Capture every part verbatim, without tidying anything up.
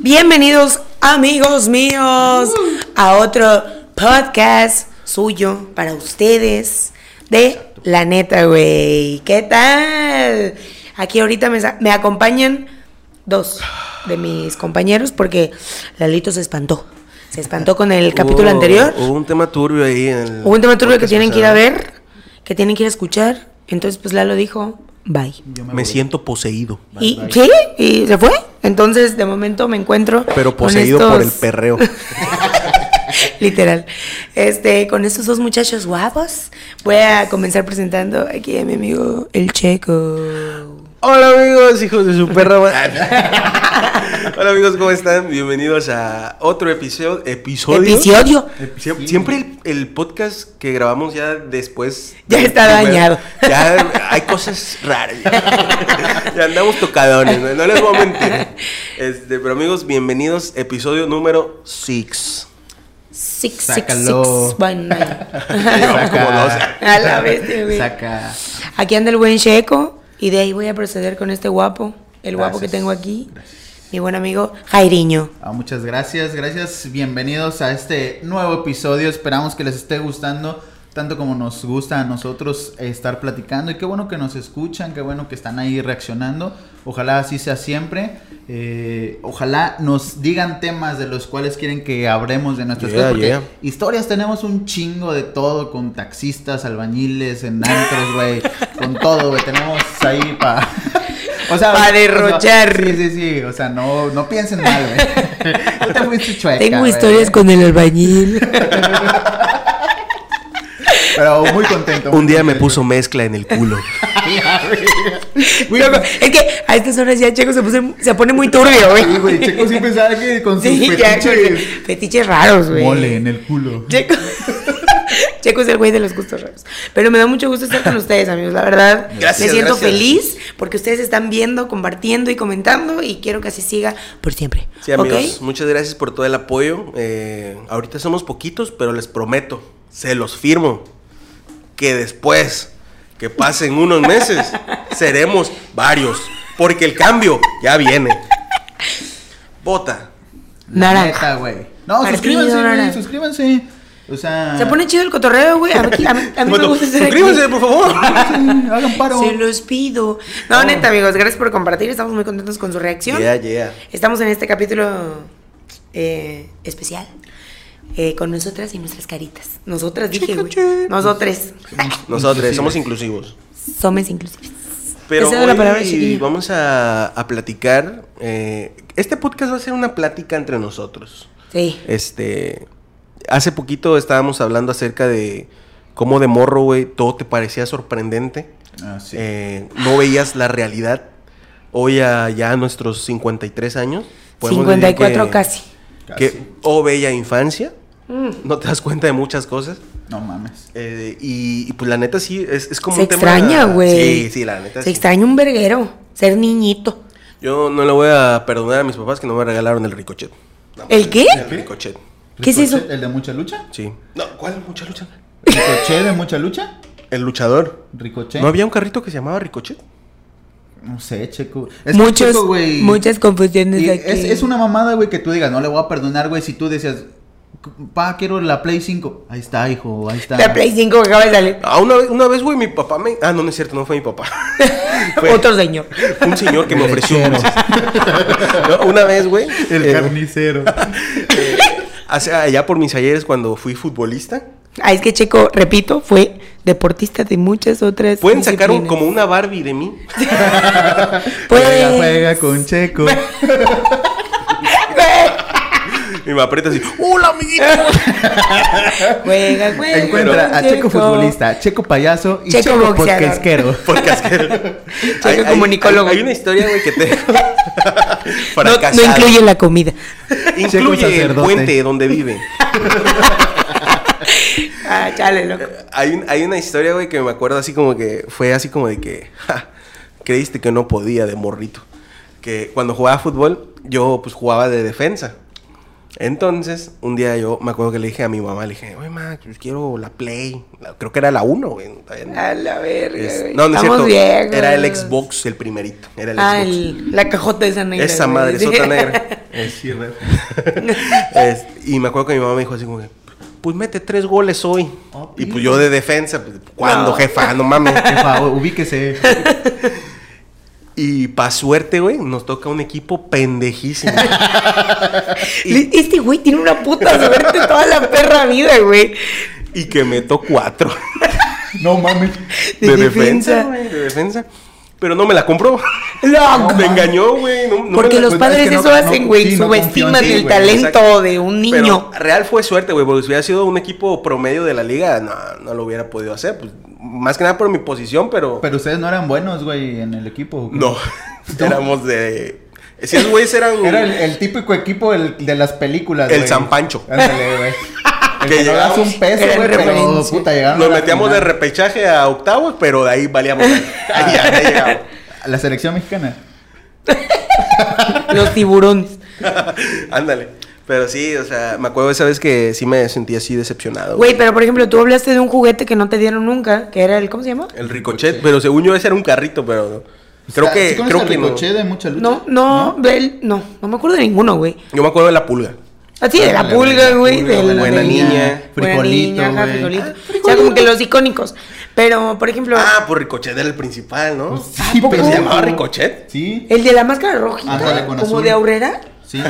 Bienvenidos, amigos míos, a otro podcast suyo para ustedes de La Neta, güey. ¿Qué tal? Aquí ahorita me, me acompañan dos de mis compañeros porque Lalito se espantó. Se espantó con el capítulo hubo, anterior. Hubo un tema turbio ahí. En el hubo un tema turbio que tienen que ir a ver, que tienen que ir a escuchar. Entonces, pues Lalo dijo, bye. Me, me siento poseído. Bye, y bye. sí, y se fue. Entonces, de momento me encuentro. Pero poseído con estos... por el perreo. Literal. Este, con estos dos muchachos guapos, voy a comenzar presentando aquí a mi amigo el Checo. Hola amigos, hijos de su perra. Hola amigos, ¿cómo están? Bienvenidos a otro episodio. ¿Episodio? ¿Episodio? Sie- siempre el, el podcast que grabamos ya después. Ya está primero, dañado. Ya hay cosas raras. Ya, ya andamos tocadones, ¿no? No les voy a mentir. Este, pero amigos, bienvenidos. Episodio número seis. Six, six, Sácalo. six, one, nine. Llevamos como doce. A la bestia, güey. Saca. Aquí anda el buen Checo. Y de ahí voy a proceder con este guapo. El guapo Gracias. que tengo aquí. Gracias. Mi buen amigo Jairiño. Ah, muchas gracias, gracias. Bienvenidos a este nuevo episodio. Esperamos que les esté gustando tanto como nos gusta a nosotros estar platicando. Y qué bueno que nos escuchan, qué bueno que están ahí reaccionando. Ojalá así sea siempre. Eh, ojalá nos digan temas de los cuales quieren que hablemos de nuestras Yeah, cosas. Porque yeah. historias tenemos un chingo de todo, con taxistas, albañiles, en antros, güey. Con todo, güey. Tenemos ahí para... O sea, para derrochar. O sea, sí, sí, sí. O sea, no, no piensen mal, güey. No te fuiste chueca, Tengo güey. historias con el albañil. Pero muy contento. Un muy día me contento. puso mezcla en el culo. Güey, es que a estas horas ya Checo se, puse, se pone muy turbio, güey. Sí, güey. Checo siempre sabe que con sus Sí, ya, fetiches. fetiches raros, güey. Mole en el culo. Checo. Checo es el güey de los gustos raros. Pero me da mucho gusto estar con ustedes, amigos. La verdad, Gracias, me siento gracias. feliz porque ustedes están viendo, compartiendo y comentando. Y quiero que así siga por siempre. Sí, amigos, ¿Okay? muchas gracias por todo el apoyo. Eh, ahorita somos poquitos, pero les prometo, se los firmo, que después que pasen unos meses, seremos varios, porque el cambio ya viene. Vota. Naranja. Neta, güey. No, Partido suscríbanse, güey. naranja. Suscríbanse. O sea. Se pone chido el cotorreo, güey. A mí, a mí, a mí me gusta estar aquí. Suscríbanse, por favor. Sí, hagan paro. Se los pido. No, Oh. neta, amigos, gracias por compartir. Estamos muy contentos con su reacción. Yeah, yeah. Estamos en este capítulo eh, especial eh, con nosotras y nuestras caritas. Nosotras, dije, güey. Nosotras. Nosotros somos inclusivos. Somos inclusivos. Pero Esa es la palabra, hoy chiquillo. vamos a, a platicar. Eh, este podcast va a ser una plática entre nosotros. Sí. Este, hace poquito estábamos hablando acerca de cómo de morro, güey, todo te parecía sorprendente. Ah, sí. Eh, no veías la realidad. Hoy a ya a nuestros cincuenta y tres años. podemos cincuenta y decir cuatro que- casi. Que, Casi. oh, bella infancia. Mm. No te das cuenta de muchas cosas. No mames. Eh, y, y pues la neta sí, es, es como Se un tema... extraña, güey. Sí, sí, la neta Se sí. extraña un verguero. Ser niñito. Yo no le voy a perdonar a mis papás que no me regalaron el ricochet. No, ¿El qué? El ricochet. ¿Qué es eso? ¿El de mucha lucha? Sí. No, ¿cuál? Mucha lucha. ¿Ricochet de mucha lucha? El luchador. ¿Ricochet? ¿No había un carrito que se llamaba Ricochet? No sé, Checo. Es que Muchos, Checo, güey, muchas confusiones y aquí. es, es una mamada, güey, que tú digas, no le voy a perdonar, güey, si tú decías, pa, quiero la Play cinco. Ahí está, hijo, ahí está. La Play cinco que acaba de salir. Ah, una vez, una vez, güey, mi papá me... Ah, no, no es cierto, no fue mi papá. Fue Otro señor. un señor que me El ofreció lechero. dulces. No, una vez, güey. El eh, carnicero. eh, hace, allá por mis ayeres cuando fui futbolista. Ah, es que Checo, repito, fue deportista de muchas otras. Pueden sacar un, disciplinas. como una Barbie de mí. Pues, Juega, juega con Checo. Y me aprieta así. ¡Hola, amiguito! Juega, juega. Encuentra a Checo futbolista, Checo payaso y Checo Checo, boxeador. podcastero. Podcastero. Checo comunicólogo. Hay, hay una historia, güey, que te... No, Fracasado. no incluye la comida. Checo Incluye el sacerdote. puente donde vive. Ah, chale, loco. Hay, un- hay una historia, güey, que me acuerdo así como que... Fue así como de que... ja, creíste que no podía de morrito. Que cuando jugaba fútbol, yo pues jugaba de defensa. Entonces, un día yo me acuerdo que le dije a mi mamá, le dije, oye, ma, pues quiero la Play. La- creo que era la uno, güey. A la verga, Es- güey. no, no es Estamos cierto. viejos. Era el Xbox, el primerito. Era el Ah, Xbox. el- la cajota esa negra. Esa güey. madre, Sí. sota negra. Es, Sí, re. es- y me acuerdo que mi mamá me dijo así como que, pues mete tres goles hoy. Oh, y pues pido. yo de defensa, pues, ¿cuándo, No. jefa? No mames. Jefa, ubíquese. Y pa' suerte, güey, nos toca un equipo pendejísimo. Le- Este güey tiene una puta suerte toda la perra vida, güey. Y que meto cuatro. No mames. De De, defensa. defensa, güey, de defensa. Pero no me la compró. No, me engañó, güey. No, no porque me la- los pues, padres es que no- eso no- hacen, güey. sí, no subestiman confían, sí, el güey, talento exacto. de un niño. Pero real fue suerte, güey, porque si hubiera sido un equipo promedio de la liga, no, no lo hubiera podido hacer. Pues, más que nada por mi posición, pero... Pero ustedes no eran buenos, güey, en el equipo. ¿o qué? no, éramos de... Si esos güeyes eran... Era el, el típico equipo del- de las películas, El güey. San Pancho. Ándale, güey. El Que que no das llegamos- un peso, Era güey, pero referencia. puta, llegaron Nos a la metíamos de final. repechaje a octavos, pero de ahí valíamos. Ahí ya, ya llegamos. A la selección mexicana. Los tiburones. Ándale. Pero sí, o sea, me acuerdo esa vez que sí me sentí así decepcionado. Güey, pero por ejemplo, tú hablaste de un juguete que no te dieron nunca, que era el, ¿cómo se llama? El ricochet, pero según yo ese era un carrito, pero creo O sea, que ¿sí conoces creo al que no. Ricochet de mucha lucha? No, no, del- no, no me acuerdo de ninguno, güey. Yo me acuerdo de la pulga. Así, de la Ándale, pulga, la güey. pulga, del- buena del- niña, buena frijolito, niña, ajá, güey. frijolito. Ah, O sea, como que los icónicos. Pero, por ejemplo, Ah, pues Ricochet era el principal, ¿no? Pues ¿A sí, poco? Pero pero se llamaba Ricochet. Sí. el de la máscara rojita, Ándale, con como azul. de Aurrera. Sí.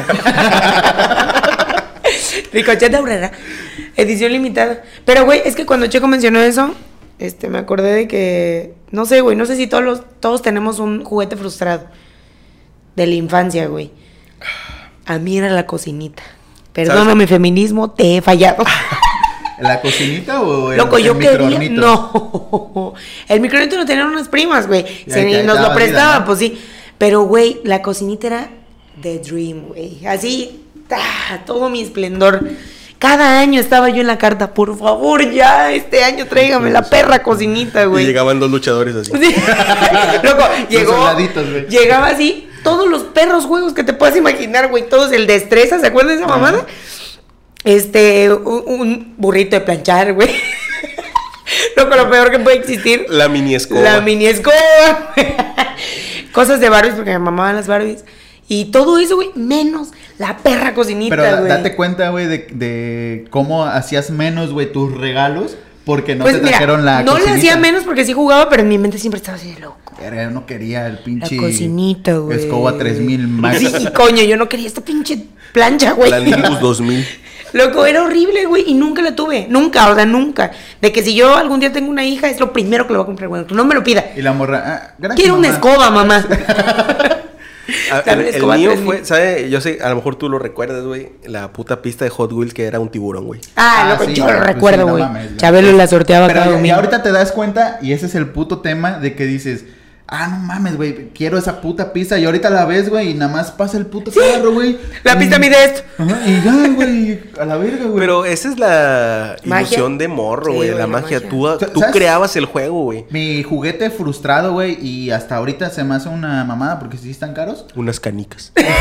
Ricochet de Aurrera. Edición limitada. Pero, güey, es que cuando Checo mencionó eso, este, me acordé de que, no sé, güey, no sé si todos los, todos tenemos un juguete frustrado de la infancia, güey. A mí era la cocinita. Perdóname, feminismo, te he fallado. ¿La cocinita o el, Loco, yo el quería. microhornito? No. El microornito lo tenían unas primas, güey. Y Se ahí ni te nos lo daba vida, prestaba, ¿no? pues sí. Pero, güey, la cocinita era the dream, güey. Así, ¡ta! Todo mi esplendor. Cada año estaba yo en la carta, por favor, ya, este año tráigame la perra cocinita, Y güey. llegaban dos luchadores así. Sí. Loco, llegó. soldaditos, güey. Llegaba así, todos los perros juegos que te puedas imaginar, güey. Todos el destreza, ¿se acuerdan de esa Ajá. mamada? Este, un, un burrito de planchar, güey. Loco, lo peor que puede existir. La mini escoba. La mini escoba, güey. Cosas de Barbies, porque me mamaban las Barbies. Y todo eso, güey, menos la perra cocinita, Pero da- güey. date cuenta, güey, de, de cómo hacías menos, güey, tus regalos porque no Pues te mira, trajeron la no cocinita. le hacía menos porque sí jugaba, pero en mi mente siempre estaba así de loco. Verga, yo no quería el pinche... La cocinita, güey. Escoba tres mil Max. Sí, y coño, yo no quería esta pinche plancha, güey. La Nimbus dos mil. Loco, era horrible, güey, y nunca la tuve. Nunca, o sea, nunca. De que si yo algún día tengo una hija, es lo primero que le voy a comprar, güey. No me lo pida. Y la morra... Ah, gracias, Quiero una mamá. escoba, mamá. Ah, Dame el, el escoba mío tres mil. fue, ¿sabes? Yo sé, a lo mejor tú lo recuerdas, güey. La puta pista de Hot Wheels que era un tiburón, güey. Ah, Ah, loco, sí, yo güey, lo pues recuerdo, sí, no güey. mames, güey. Chabelo la sorteaba Pero cada ya- y domingo. ahorita te das cuenta, y ese es el puto tema de que dices... Ah, no mames, güey, quiero esa puta pista. Y ahorita la ves, güey, y nada más pasa el puto carro, güey. La y- pista mide esto. Ajá, y ya, güey, a la verga, güey. Pero esa es la ¿Magia? ilusión de morro, Sí, güey. güey, la la magia. magia. Tú, tú ¿Sabes? creabas el juego, güey. Mi juguete frustrado, güey, y hasta ahorita se me hace una mamada porque sí están caros. Unas canicas. El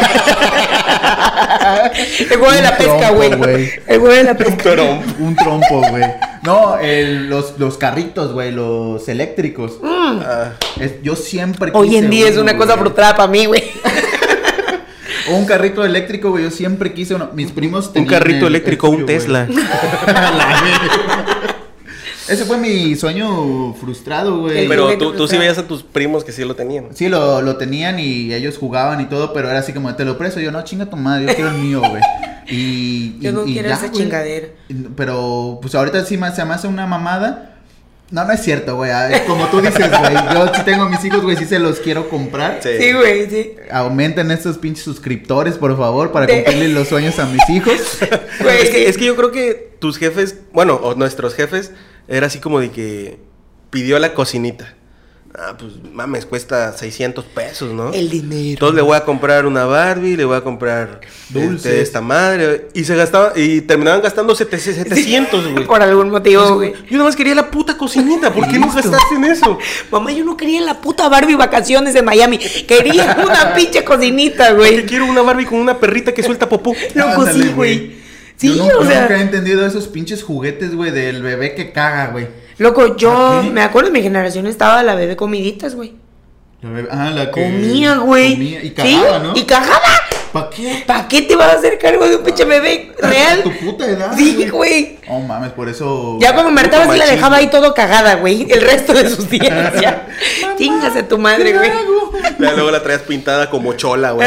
juego de Un la pesca, trompo, güey. güey. El juego de la pesca. Un trompo, güey. No, el- los, los carritos, güey, los eléctricos. Ah, Es- yo siempre Hoy quise en día es uno, una cosa güey. frustrada para mí, güey. O un carrito eléctrico, güey, yo siempre quise uno. Mis primos un tenían carrito el- eléctrico, el un suyo, güey. Tesla. La verga. Ese fue mi sueño frustrado, güey. El Pero juguete tú, tú sí frustrado. veías a tus primos que sí lo tenían. Sí, lo, lo tenían y ellos jugaban y todo, pero era así como, te lo presto. Yo, no, chinga tu madre, yo quiero el mío, güey. Y, Yo y- no y quiero ya, esa güey. chingadera. Pero, pues ahorita sí me, se me hace una mamada. No, no es cierto, güey. ah, Como tú dices, güey. Yo sí tengo a mis hijos, güey, sí se los quiero comprar. Sí. Sí, güey, sí. Aumenten estos pinches suscriptores, por favor, para De- cumplirle los sueños a mis hijos. Güey, es, que, sí. es que yo creo que tus jefes, bueno, o nuestros jefes, era así como de que pidió la cocinita. Ah, pues mames, cuesta seiscientos pesos, ¿no? El dinero. Entonces le voy a comprar una Barbie, le voy a comprar Dulces. este, esta madre. Y se gastaba, y terminaban gastando setecientos, güey. Por algún motivo, güey. Yo nada más quería la puta cocinita, ¿por qué no Listo. gastaste en eso? Mamá, yo no quería la puta Barbie vacaciones en Miami. Quería una pinche cocinita, Porque güey. quiero una Barbie con una perrita que suelta popó. Loco, Ándale, sí, güey. Sí, yo nunca, o sea. nunca he entendido esos pinches juguetes, güey, del bebé que caga, güey. Loco, yo ¿Ah, qué? me acuerdo en mi generación estaba la bebé comiditas, güey. La bebé- ah, la que Comía, güey. comía y cagaba, Sí, ¿no? Y cagaba. ¿Para qué? ¿Para qué te vas a hacer cargo de un pinche bebé real? Tu puta edad. Sí, güey. Oh, mames, por eso. Ya cuando me Puto hartaba sí la machismo. dejaba ahí todo cagada, güey. El resto de sus días ya. Chingase tu madre, ¿Qué güey. hago? Ya luego la traías pintada como chola, güey.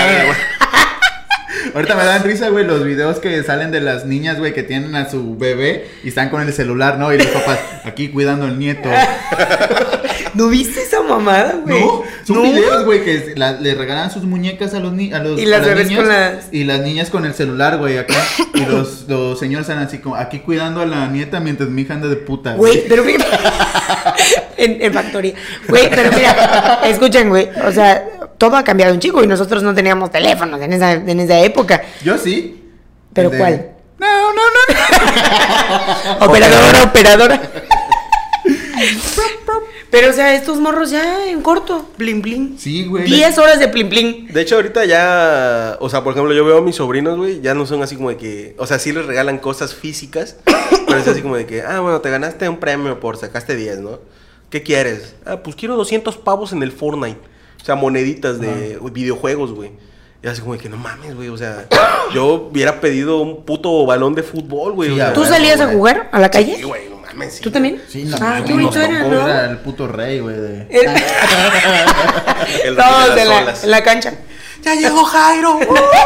Ahorita me dan risa, güey, los videos que salen de las niñas, güey, que tienen a su bebé y están con el celular, ¿no? Y los papás aquí cuidando al nieto. ¿No viste esa mamada, güey? No, son No. videos, güey, que la- le regalan sus muñecas a los niños. Y las bebés con las- Y las niñas con el celular, güey, acá. Y los, los señores están así como aquí cuidando a la nieta mientras mi hija anda de puta. Güey, pero mira. en, en factoría. Güey, pero mira, escuchen, güey. O sea, todo ha cambiado un chico y nosotros no teníamos teléfonos en esa, en esa época. Yo sí. ¿Pero El de- cuál? No, no, no. Operadora, operadora. Pero, o sea, estos morros ya en corto. Blin, blin. Sí, güey. Diez horas de blin, blin. De hecho, ahorita ya, o sea, por ejemplo, yo veo a mis sobrinos, güey, ya no son así como de que, o sea, sí les regalan cosas físicas, pero es así como de que, ah, bueno, te ganaste un premio por sacaste diez, ¿no? ¿Qué quieres? Ah, pues quiero doscientos pavos en el Fortnite. O sea, moneditas de videojuegos, güey. Y así como de que no mames, güey, o sea, yo hubiera pedido un puto balón de fútbol, güey. Sí, o sea, a ¿Tú bueno, salías a güey. jugar a la calle? Sí, güey, no mames. sí. ¿Tú también? Sí, no, Ah, no, qué nos bonito era, tocó, ¿no? Era el puto rey, güey. De... El rey de Todos las en la, olas. en la cancha. ¡Ya llegó Jairo!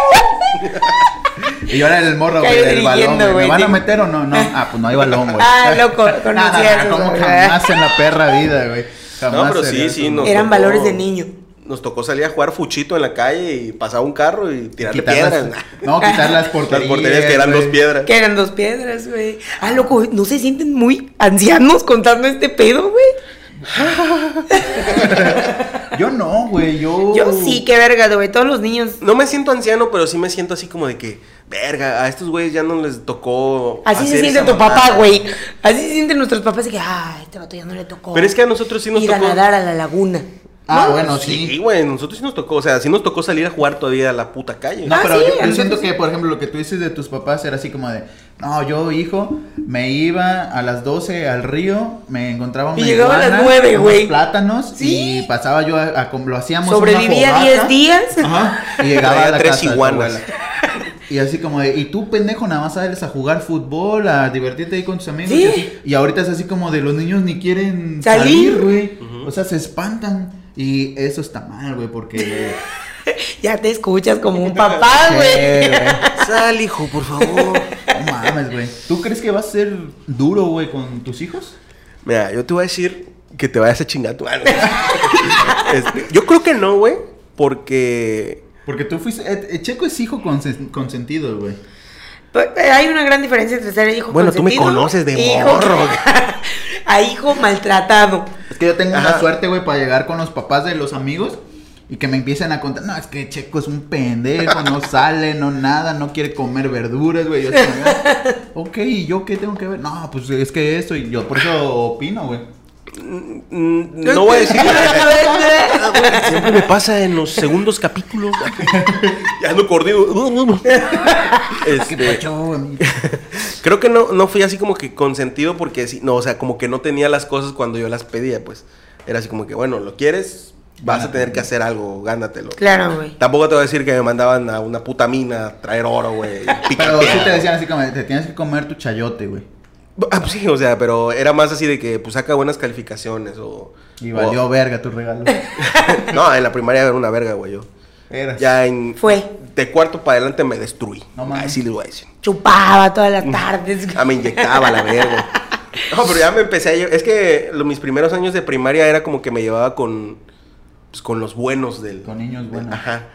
Y ahora era el morro, Que güey, iba del balón, dirigiendo, güey. ¿Me güey, van a sí. meter o no? No. Ah, pues no hay balón, güey. Ah, loco, conocía Nada, eso, como güey. jamás en la perra vida, güey. Jamás No, pero sería sí, sí, eso. nos Eran tocó- valores de niño. Nos tocó salir a jugar fuchito en la calle y pasaba un carro y tirarle Quitar piedras. las- No, quitar las porterías. Las porterías que eran güey. dos piedras. Que eran dos piedras, güey. Ah, loco, ¿no se sienten muy ancianos contando este pedo, güey? Yo no, güey. Yo. Yo sí, qué verga, güey. Todos los niños. No me siento anciano, pero sí me siento así como de que, verga, a estos güeyes ya no les tocó. Así se hacer siente esa tu mamada. papá, güey. Así se sienten nuestros papás de que, ay, este vato ya no le tocó. Pero es que a nosotros sí nos ir tocó. a nadar a la laguna. Ah, No, bueno, Sí, sí. güey, nosotros sí nos tocó. O sea, sí nos tocó salir a jugar todavía a la puta calle. No, Ah, pero sí, yo, yo entonces siento sí. que, por ejemplo, lo que tú dices de tus papás era así como de, no, yo, hijo, me iba a las doce al río, me encontraba una Y llegaba a las iguana, nueve, unos güey. plátanos, Sí. y pasaba yo a, a como lo hacíamos en Sobrevivía una diez fogata. días. Ajá, y llegaba Traía a la tres casa de tu iguanas. abuela. Y así como de, y tú, pendejo, nada más sales a jugar fútbol, a divertirte ahí con tus amigos. Sí. Y, así. Y ahorita es así como de, los niños ni quieren Salir. salir, güey. O sea, se espantan. Y eso está mal, güey, porque... Ya te escuchas como un papá, Sí, güey. güey. Sal, hijo, por favor. No mames, güey. ¿Tú crees que va a ser duro, güey, con tus hijos? Mira, yo te voy a decir que te vayas a chingar tu madre. Este, yo creo que no, güey, porque... Porque tú fuiste... eh, eh, Checo es hijo consen- consentido, güey. Pues, eh, hay una gran diferencia entre ser hijo Bueno, tú me consentido, conoces de hijo- morro. a hijo maltratado. Es que yo tengo Ajá. una suerte, güey, para llegar con los papás de los amigos y que me empiecen a contar, no, es que Checo es un pendejo, no sale, no nada, no quiere comer verduras, güey. Yo así, ok, ¿y yo qué tengo que ver? No, pues es que esto, y yo por eso opino, güey. Mm, No voy a decir que siempre me pasa en los segundos capítulos. Ya ando corrido. Este, creo que no, no fui así como que consentido porque sí, no, o sea, como que no tenía las cosas cuando yo las pedía, pues. Era así como que, bueno, ¿lo quieres? Vas a tener que hacer algo, gánatelo. Claro, güey. Tampoco te voy a decir que me mandaban a una puta mina a traer oro, güey. pica Pero sí piedra. te decían así como, te tienes que comer tu chayote, güey. Ah, pues sí, o sea, pero era más así de que pues saca buenas calificaciones o... Y valió o- verga tu regalo. No, en la primaria era una verga, güey, yo. Eras. Ya en... Fue. De cuarto para adelante me destruí. No mames. Así les voy a decir. Chupaba todas las tardes. Ah, me inyectaba la verga. No, pero ya me empecé a... lle- Es que lo- mis primeros años de primaria era como que me llevaba con... Pues con los buenos del... Con niños buenos. Ajá.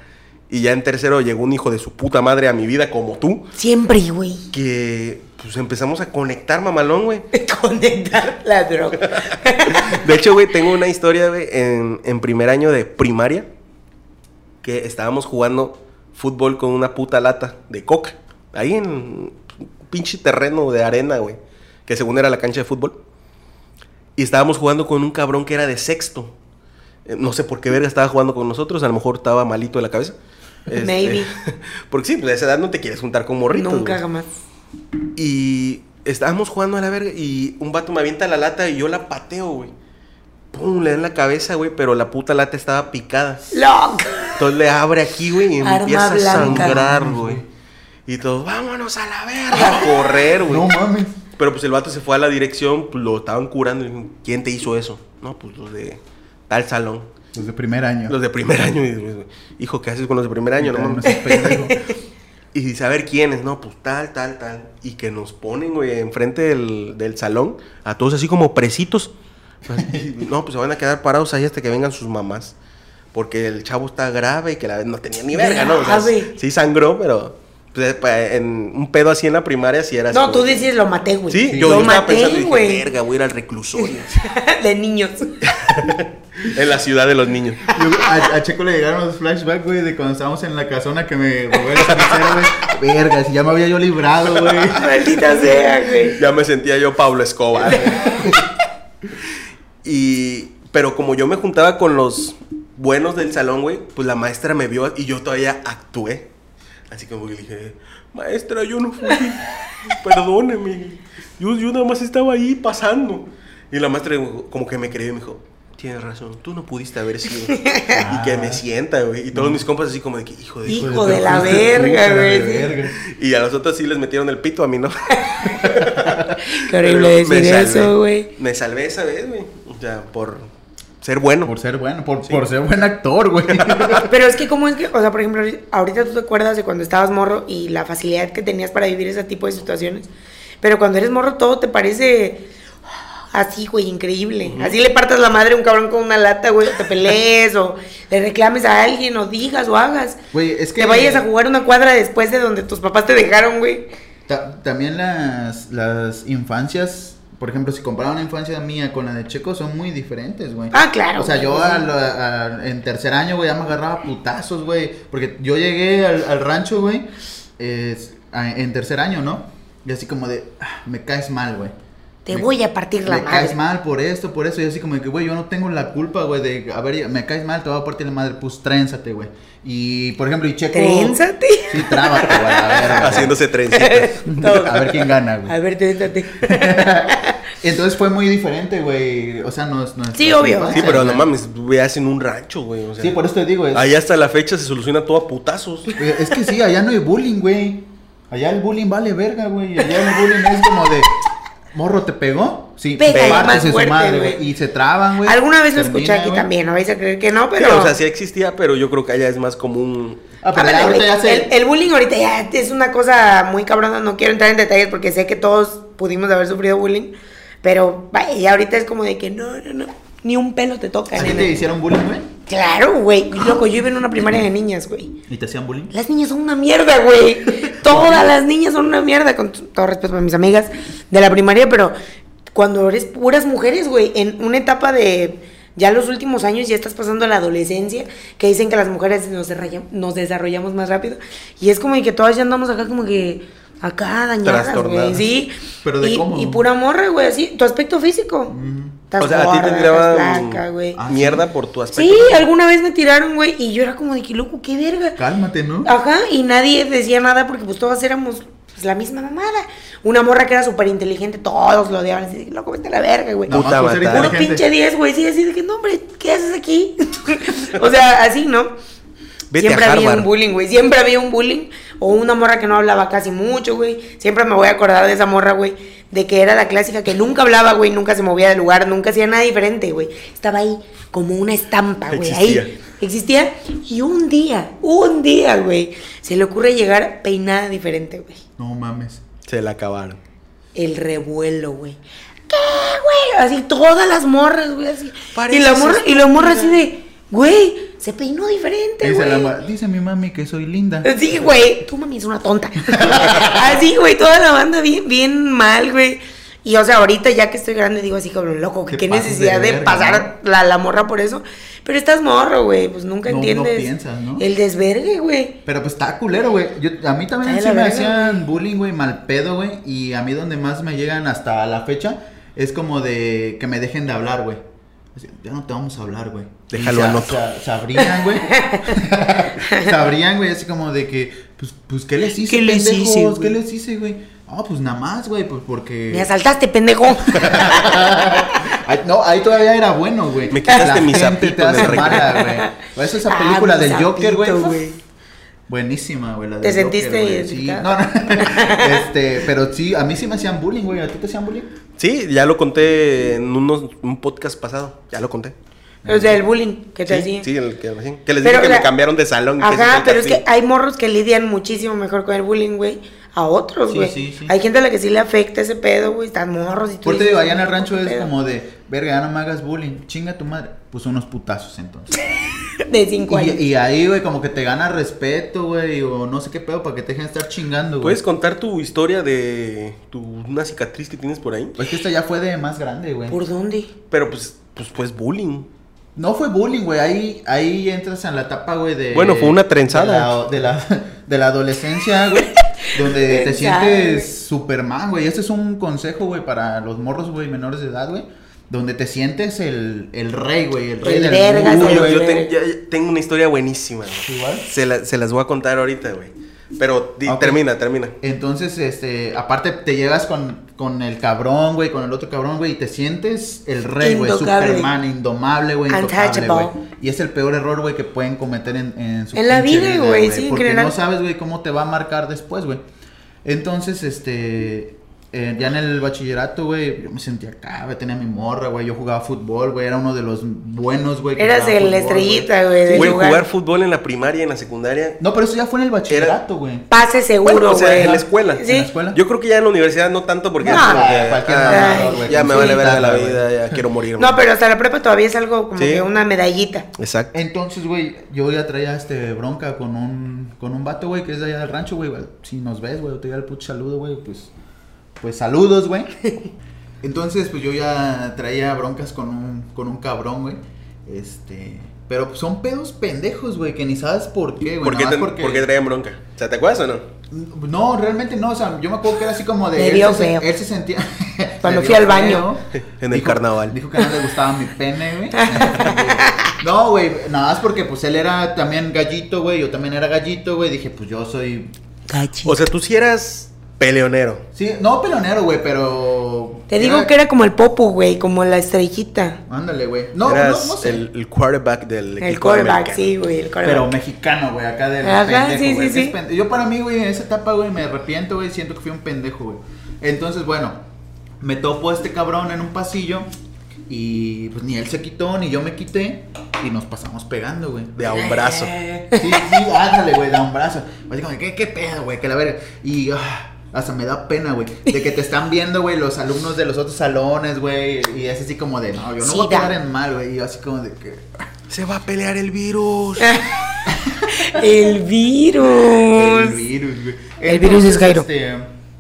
Y ya en tercero llegó un hijo de su puta madre a mi vida como tú. Siempre, güey. Que pues empezamos a conectar, mamalón, güey. Conectar la droga. De hecho, güey, tengo una historia, güey, en, en primer año de primaria. Que estábamos jugando fútbol con una puta lata de coca. Ahí en un pinche terreno de arena, güey. Que según era la cancha de fútbol. Y estábamos jugando con un cabrón que era de sexto. Eh, no sé por qué verga estaba jugando con nosotros. A lo mejor estaba malito de la cabeza. Este, Maybe. Porque sí, pues a esa edad no te quieres juntar con morritos. Nunca, güey. jamás. Y estábamos jugando a la verga. Y un vato me avienta la lata y yo la pateo, güey. Pum, le da en la cabeza, güey. Pero la puta lata estaba picada. ¡Loc! Entonces le abre aquí, güey. Y Arma empieza a blanca. sangrar, güey. Y todos, vámonos a la verga. A correr, güey. No mames. Pero pues el vato se fue a la dirección. Pues lo estaban curando. Y dijeron, ¿quién te hizo eso? No, pues los de tal salón. Los de primer año. Los de primer año. Y, hijo, ¿qué haces con los de primer año? No No mames. seas pendejo. Y dice, a ver quiénes, no, pues tal, tal, tal. Y que nos ponen, güey, enfrente del, del salón, a todos así como presitos. No, pues se van a quedar parados ahí hasta que vengan sus mamás. Porque el chavo está grave y que la vez no tenía ni verga, ¿no? O sea, Grave. sí sangró, pero pues, pa- en un pedo así en la primaria sí era así. No, tú como- dices lo maté, güey. Sí, Sí, yo, lo yo estaba maté, pensando y dije, güey. verga, voy a ir al reclusorio. De niños. En la ciudad de los niños. Yo, a, a Checo le llegaron los flashbacks, güey, de cuando estábamos en la casona que me robé el cenicero, güey. Verga, si ya me había yo librado, güey. Maldita sea, güey. Ya me sentía yo Pablo Escobar. Y pero como yo me juntaba con los buenos del salón, güey, pues la maestra me vio y yo todavía actué. Así como que le dije, maestra, yo no fui, perdóneme. Yo, yo nada más estaba ahí pasando. Y la maestra como que me creyó y me dijo, tienes razón, tú no pudiste haber sido. Y que me sienta, güey. Y todos mis compas así como de que, hijo de... Hijo de la verga, güey. verga. Y a los otros sí les metieron el pito, a mí no. Qué horrible Pero me decir salvé. eso, güey. Me salvé esa vez, güey. O sea, por ser bueno. Por ser bueno, por, por ser buen actor, güey. Pero es que, ¿cómo es que, o sea, por ejemplo, ahorita tú te acuerdas de cuando estabas morro y la facilidad que tenías para vivir ese tipo de situaciones? Pero cuando eres morro todo te parece así, güey, increíble. Uh-huh. Así le partas la madre a un cabrón con una lata, güey, o te pelees, o le reclames a alguien, o digas, o hagas. Güey, es que... Te vayas a jugar una cuadra después de donde tus papás te dejaron, güey. Ta- también las, las infancias... Por ejemplo, si comparaba una infancia mía con la de Checo, son muy diferentes, güey. Ah, claro. O sea, güey. yo a lo- a- en tercer año, güey, ya me agarraba putazos, güey. Porque yo llegué al, al rancho, güey, eh, en tercer año, ¿no? Y así como de, ah, me caes mal, güey. Te me, voy a partir la me madre. caes mal por esto, por eso. Y así como de que, güey, yo no tengo la culpa, güey, de, a ver, me caes mal, te voy a partir la madre. Pues trénzate, güey. Y, por ejemplo, y Checo... ¿Trénzate? Sí, trábate, güey, a ver. güey. Haciéndose trencitas. A ver quién gana, güey. A ver, trénzate. Entonces fue muy diferente, güey. O sea, no es. Sí, obvio. Sí, pero no mames, veas en un rancho, güey. O sea, Sí, por eso te digo. Es, ahí hasta la fecha se soluciona todo a putazos. es que sí, allá no hay bullying, güey. Allá el bullying vale verga, güey. Allá el bullying es como de. Morro, ¿te pegó? Sí, Pega pártese más su fuerte, madre, güey. güey. Y se traban, güey. Alguna vez lo Termina, escuché aquí güey. también, no vais a creer que no, Pero, pero... o sea, sí existía, pero yo creo que allá es más común. Ah, pero Ah, ya pero, ahorita güey, ya se. el, el bullying ahorita ya es una cosa muy cabrona, no quiero entrar en detalles porque sé que todos pudimos haber sufrido bullying, pero vaya, ya ahorita es como de que no, no, no, ni un pelo te toca. ¿A ti nena. te hicieron bullying, güey? Claro, güey, loco, yo iba en una primaria de niñas, güey. ¿Y te hacían bullying? Las niñas son una mierda, güey. Todas las niñas son una mierda, con t- todo respeto a mis amigas de la primaria, pero cuando eres puras mujeres, güey, en una etapa de ya los últimos años, ya estás pasando a la adolescencia, que dicen que las mujeres nos, desarrolla- nos desarrollamos más rápido, y es como de que todas ya andamos acá como que acá dañadas, güey, Trastornadas. sí. ¿Pero de y, cómo? y pura morra, güey, así, tu aspecto físico. Mm. Estás O sea, a ti te gorda, tiraban estás blanca, güey. Ah, mierda por tu aspecto. Sí, alguna vez me tiraron, güey, y yo era como de que loco, qué verga. Cálmate, ¿no? Ajá, y nadie decía nada porque pues todas éramos pues, la misma mamada. Una morra que era súper inteligente, todos lo odiaban, así de que loco, vete a la verga, güey. No, Puta más por ser matada. Puro inteligente. pinche diez, güey, sí, así de que no, hombre, ¿qué haces aquí? O sea, así, ¿no? Vete Siempre a había Harvard. un bullying, güey, siempre había un bullying. O una morra que no hablaba casi mucho, güey. Siempre me voy a acordar de esa morra, güey, de que era la clásica que nunca hablaba, güey, nunca se movía de lugar, nunca hacía nada diferente, güey. Estaba ahí como una estampa, güey, Existía. ahí. Existía. Y un día, un día, güey, se le ocurre llegar peinada diferente, güey. No mames. Se la acabaron. El revuelo, güey. ¿Qué, güey? Así todas las morras, güey, así. Pareces Y la morra, y la morra así de, güey, se peinó diferente, Dice, güey. la, dice mi mami que soy linda. Sí, güey, tu mami es una tonta. Así, güey, toda la banda bien, bien mal, güey. Y, o sea, ahorita ya que estoy grande digo así como loco, que qué necesidad de, de verga, pasar ¿no? la, la morra por eso. Pero estás morro, güey, pues nunca no, entiendes. No piensas, ¿no? El desvergue, güey. Pero pues está culero, güey. Yo, a mí también Ay, sí me verga, hacían güey. bullying, güey, mal pedo, güey. Y a mí donde más me llegan hasta la fecha es como de que me dejen de hablar, güey. Así, ya no te vamos a hablar, güey. Déjalo anoto. Sabrían, güey. Sabrían, güey, así como de que, pues, pues ¿qué les hice, ¿Qué les pendejos? hice, güey? ¿Qué les hice, güey? Ah, pues nada más, güey, pues porque... Me asaltaste, pendejo. Ay, no, ahí todavía era bueno, güey. Me quitaste mi gente sapito te hace del recreo. mala, güey. Pues esa Ah, película mi del Joker, sapito, güey. Buenísima, güey. La ¿Te del sentiste Joker, güey. identificada? Sí, no, no. Este, pero sí, a mí sí me hacían bullying, güey. ¿A ti te hacían bullying? Sí, ya lo conté en unos, un podcast pasado. Ya lo conté. O sea, el bullying que te Sí, hacían. sí, el que, sí. que les Pero, dije que o sea, me cambiaron de salón. que ese Ajá, fue el pero es que castigo. hay morros que lidian muchísimo mejor con el bullying, güey, a otros, Sí, güey. sí, sí. Hay gente a la que sí le afecta ese pedo, güey, están morros y tú Por te dices, digo, allá en el rancho "¿Qué es pedo?". como de, verga, ya no me hagas bullying. Chinga tu madre. Pues unos putazos entonces. De cinco años. Y, y ahí, güey, como que te gana respeto, güey, o no sé qué pedo, para que te dejen estar chingando, güey. ¿Puedes contar tu historia de tu, una cicatriz que tienes por ahí? Pues que esta ya fue de más grande, güey. ¿Por dónde? Pero pues, pues, pues bullying. No fue bullying, güey. Ahí, ahí entras en la etapa, güey, de... Bueno, fue una trenzada. De la, de la, de la adolescencia, güey. Donde te Trenzada, sientes Superman, güey. Este es un consejo, güey, para los morros, güey, menores de edad, güey. Donde te sientes el, el rey, güey. El rey El del vergas, mundo, el Yo, güey. yo güey. ten- ya- ya tengo una historia buenísima. güey. Igual. Se, la- se las voy a contar ahorita, güey. Pero di- Ok. termina, termina. Entonces, este, aparte te llevas con, con el cabrón, güey, con el otro cabrón, güey, y te sientes el rey, güey, Intocable. Superman, indomable, güey, intocable, Untouchable. güey. Y es el peor error, güey, que pueden cometer en, en su En la pinche vida, güey, sí, en porque general. no sabes, güey, cómo te va a marcar después, güey. Entonces, este, eh, ya en el bachillerato, güey, yo me sentía acá, güey, tenía mi morra, güey, yo jugaba fútbol, güey, era uno de los buenos, güey. que Eras jugaba el fútbol, estrellita, güey, de Güey, lugar. jugar fútbol en la primaria y en la secundaria. No, pero eso ya fue en el bachillerato, güey. Pase seguro, Bueno, o sea, güey. en la escuela. Sí. ¿En la escuela? Yo creo que ya en la universidad no tanto porque... No, es como que, cualquier ah, mamador, güey, ya con me su vale ver de la guitarra, vida, güey. ya quiero morir. No, pero hasta la prepa todavía es algo como Sí. que una medallita. Exacto. Entonces, güey, yo ya traía este bronca con un con un vato, güey, que es de allá del rancho, güey. güey. Si nos ves, güey, te diga el puto saludo, güey, pues pues saludos, güey. Entonces, pues yo ya traía broncas con un con un cabrón, güey. Este, pero pues, son pedos pendejos, güey, que ni sabes por qué, güey. ¿Por qué, nada te- más porque por qué traían bronca? O sea, ¿te acuerdas o no? No, realmente no, o sea, yo me acuerdo que era así como de Me él, vio se, feo. él se sentía Cuando me fui vio al baño. feo. En el carnaval. Dijo que no le gustaba mi pene, güey. No, güey, nada más porque pues él era también gallito, güey, yo también era gallito, güey, dije, pues yo soy Gachi. O sea, tú sí eras peleonero. sí, no pelonero, güey, pero Te digo que era como el popo, güey, como la estrellita. ándale, güey. No, eras no, no sé. el, el quarterback del El equipo quarterback, americano. sí, güey, el quarterback. Pero mexicano, güey, acá del Ajá, pendejo, sí, güey. sí, que es sí. pende- Yo para mí, güey, en esa etapa, güey, me arrepiento, güey, siento que fui un pendejo, güey. Entonces, bueno, me topo a este cabrón en un pasillo y pues ni él se quitó, ni yo me quité y nos pasamos pegando, güey. De a un brazo. Sí, sí, ándale, güey, da un brazo. Así como, ¿qué, qué pedo, güey? Que la verga. Y ah, hasta me da pena, güey, de que te están viendo, güey, los alumnos de los otros salones, güey. Y es así como de, no, yo no Sí, voy a quedar da. en mal, güey. Y yo así como de que... Se va a pelear el virus. El virus. El virus, güey. El virus es Jairo. Este,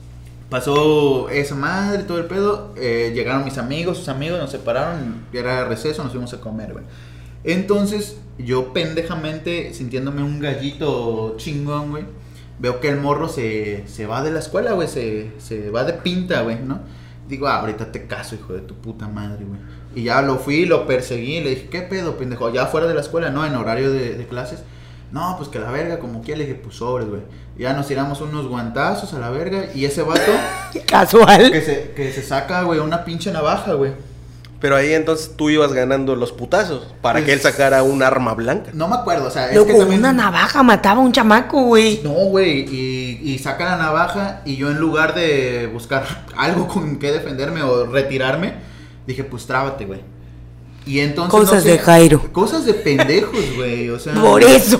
pasó esa madre, todo el pedo. eh, llegaron mis amigos, sus amigos, nos separaron. Era receso, nos fuimos a comer, güey. Entonces, yo pendejamente, sintiéndome un gallito chingón, güey, veo que el morro se, se va de la escuela, güey. Se, se va de pinta, güey, ¿no? Digo, ah, ahorita te caso, hijo de tu puta madre, güey. Y ya lo fui, lo perseguí, le dije, ¿qué pedo, pendejo? Ya fuera de la escuela, ¿no? En horario de, de clases. No, pues que la verga, como quiera, le dije, pues sobres, güey. Ya nos tiramos unos guantazos a la verga. Y ese vato Casual. que se, que se saca, güey, una pinche navaja, güey. Pero ahí entonces tú ibas ganando los putazos para Pues- que él sacara un arma blanca. No me acuerdo, o sea, es Loco, que también... una navaja mataba a un chamaco, güey. No, güey, y, y saca la navaja y yo en lugar de buscar algo con que defenderme o retirarme, dije, pues trábate, güey. Y entonces... Cosas no sé, de Jairo. Cosas de pendejos, güey, o sea... Por eso.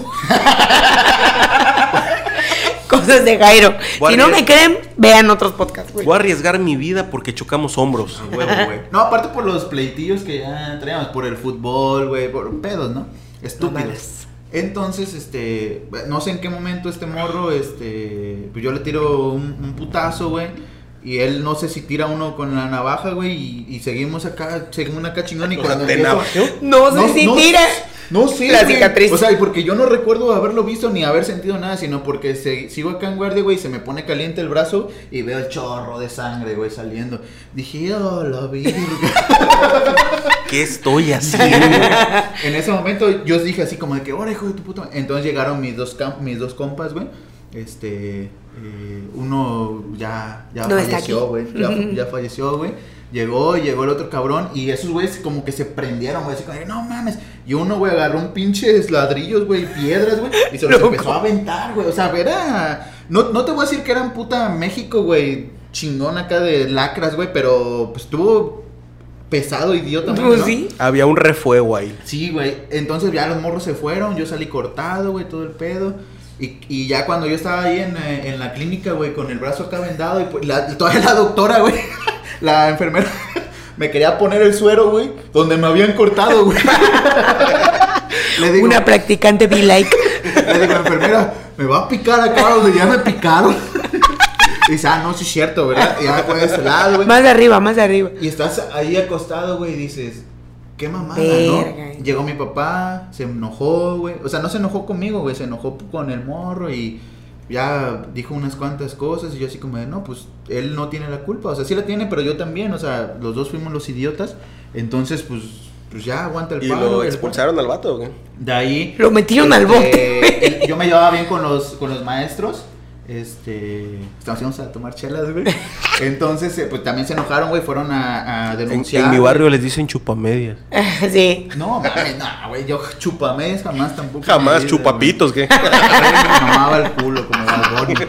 Cosas de Jairo. Voy a Si no leer. me creen, vean otros podcasts, güey. Voy a arriesgar mi vida porque chocamos hombros. A huevo, güey. No, aparte por los pleitillos que ya traíamos, por el fútbol, güey, por pedos, ¿no? estúpidos. Mamadas. Entonces, este, no sé en qué momento este morro, este, pues yo le tiro un, un putazo, güey. Y él no sé si tira uno con la navaja, güey. Y, y seguimos acá, seguimos acá chingón. Y O cuando sea, te empiezo- navajeó. No sé si tira. No sé, La güey. cicatriz. O sea, y porque yo no recuerdo haberlo visto ni haber sentido nada, sino porque se, sigo acá en guardia, güey, se me pone caliente el brazo y veo el chorro de sangre, güey, saliendo. Dije, oh, la virga. ¿Qué estoy haciendo? En ese momento yo dije así como de que, ¡ahora, hijo de tu puta! Entonces llegaron mis dos, cam- mis dos compas, güey. Este, eh, uno ya, ya No está falleció, aquí. güey. Ya, ya falleció, güey. Llegó, llegó el otro cabrón y esos güeyes como que se prendieron, güey, así como, de, no mames. Y uno, güey, agarró un pinches ladrillos, güey, piedras, güey, y se los Loco. empezó a aventar, güey. O sea, era, no, no te voy a decir que eran puta México, güey, chingón acá de lacras, güey, pero pues estuvo pesado, idiotamente, Pues ¿no? sí. Había un refuego ahí. Sí, güey. Entonces ya los morros se fueron, yo salí cortado, güey, todo el pedo. Y, y ya cuando yo estaba ahí en, eh, en la clínica, güey, con el brazo acá vendado, y pues, la, todavía la doctora, güey, la enfermera, me quería poner el suero, güey, donde me habían cortado, güey. Le digo, Una practicante be like. le digo, enfermera, me va a picar acá donde ya me picaron. Y dice, ah, no, sí es cierto, ¿verdad? Y ya fue de este lado, güey. Más de arriba, más de arriba. Y estás ahí acostado, güey, y dices, qué mamada, Verga. ¿no? Llegó mi papá, se enojó, güey. O sea, no se enojó conmigo, güey, se enojó con el morro y ya dijo unas cuantas cosas. Y yo así como de, no, pues él no tiene la culpa. O sea, sí la tiene, pero yo también. O sea, los dos fuimos los idiotas. Entonces, pues, pues ya aguanta el ¿Y palo. lo el- expulsaron al vato o qué? De ahí. Lo metieron al bote. el- yo me llevaba bien con los, con los maestros. Este. Estamos íbamos a tomar chelas, güey. Entonces, eh, pues también se enojaron, güey. Fueron a, a En, denunciar. en mi barrio les dicen chupamedias. Sí. No, mames, no, güey. Yo chupamés jamás tampoco. Jamás, en mi vida, chupapitos, ¿qué? güey. Me mamaba el culo como Bad Bunny.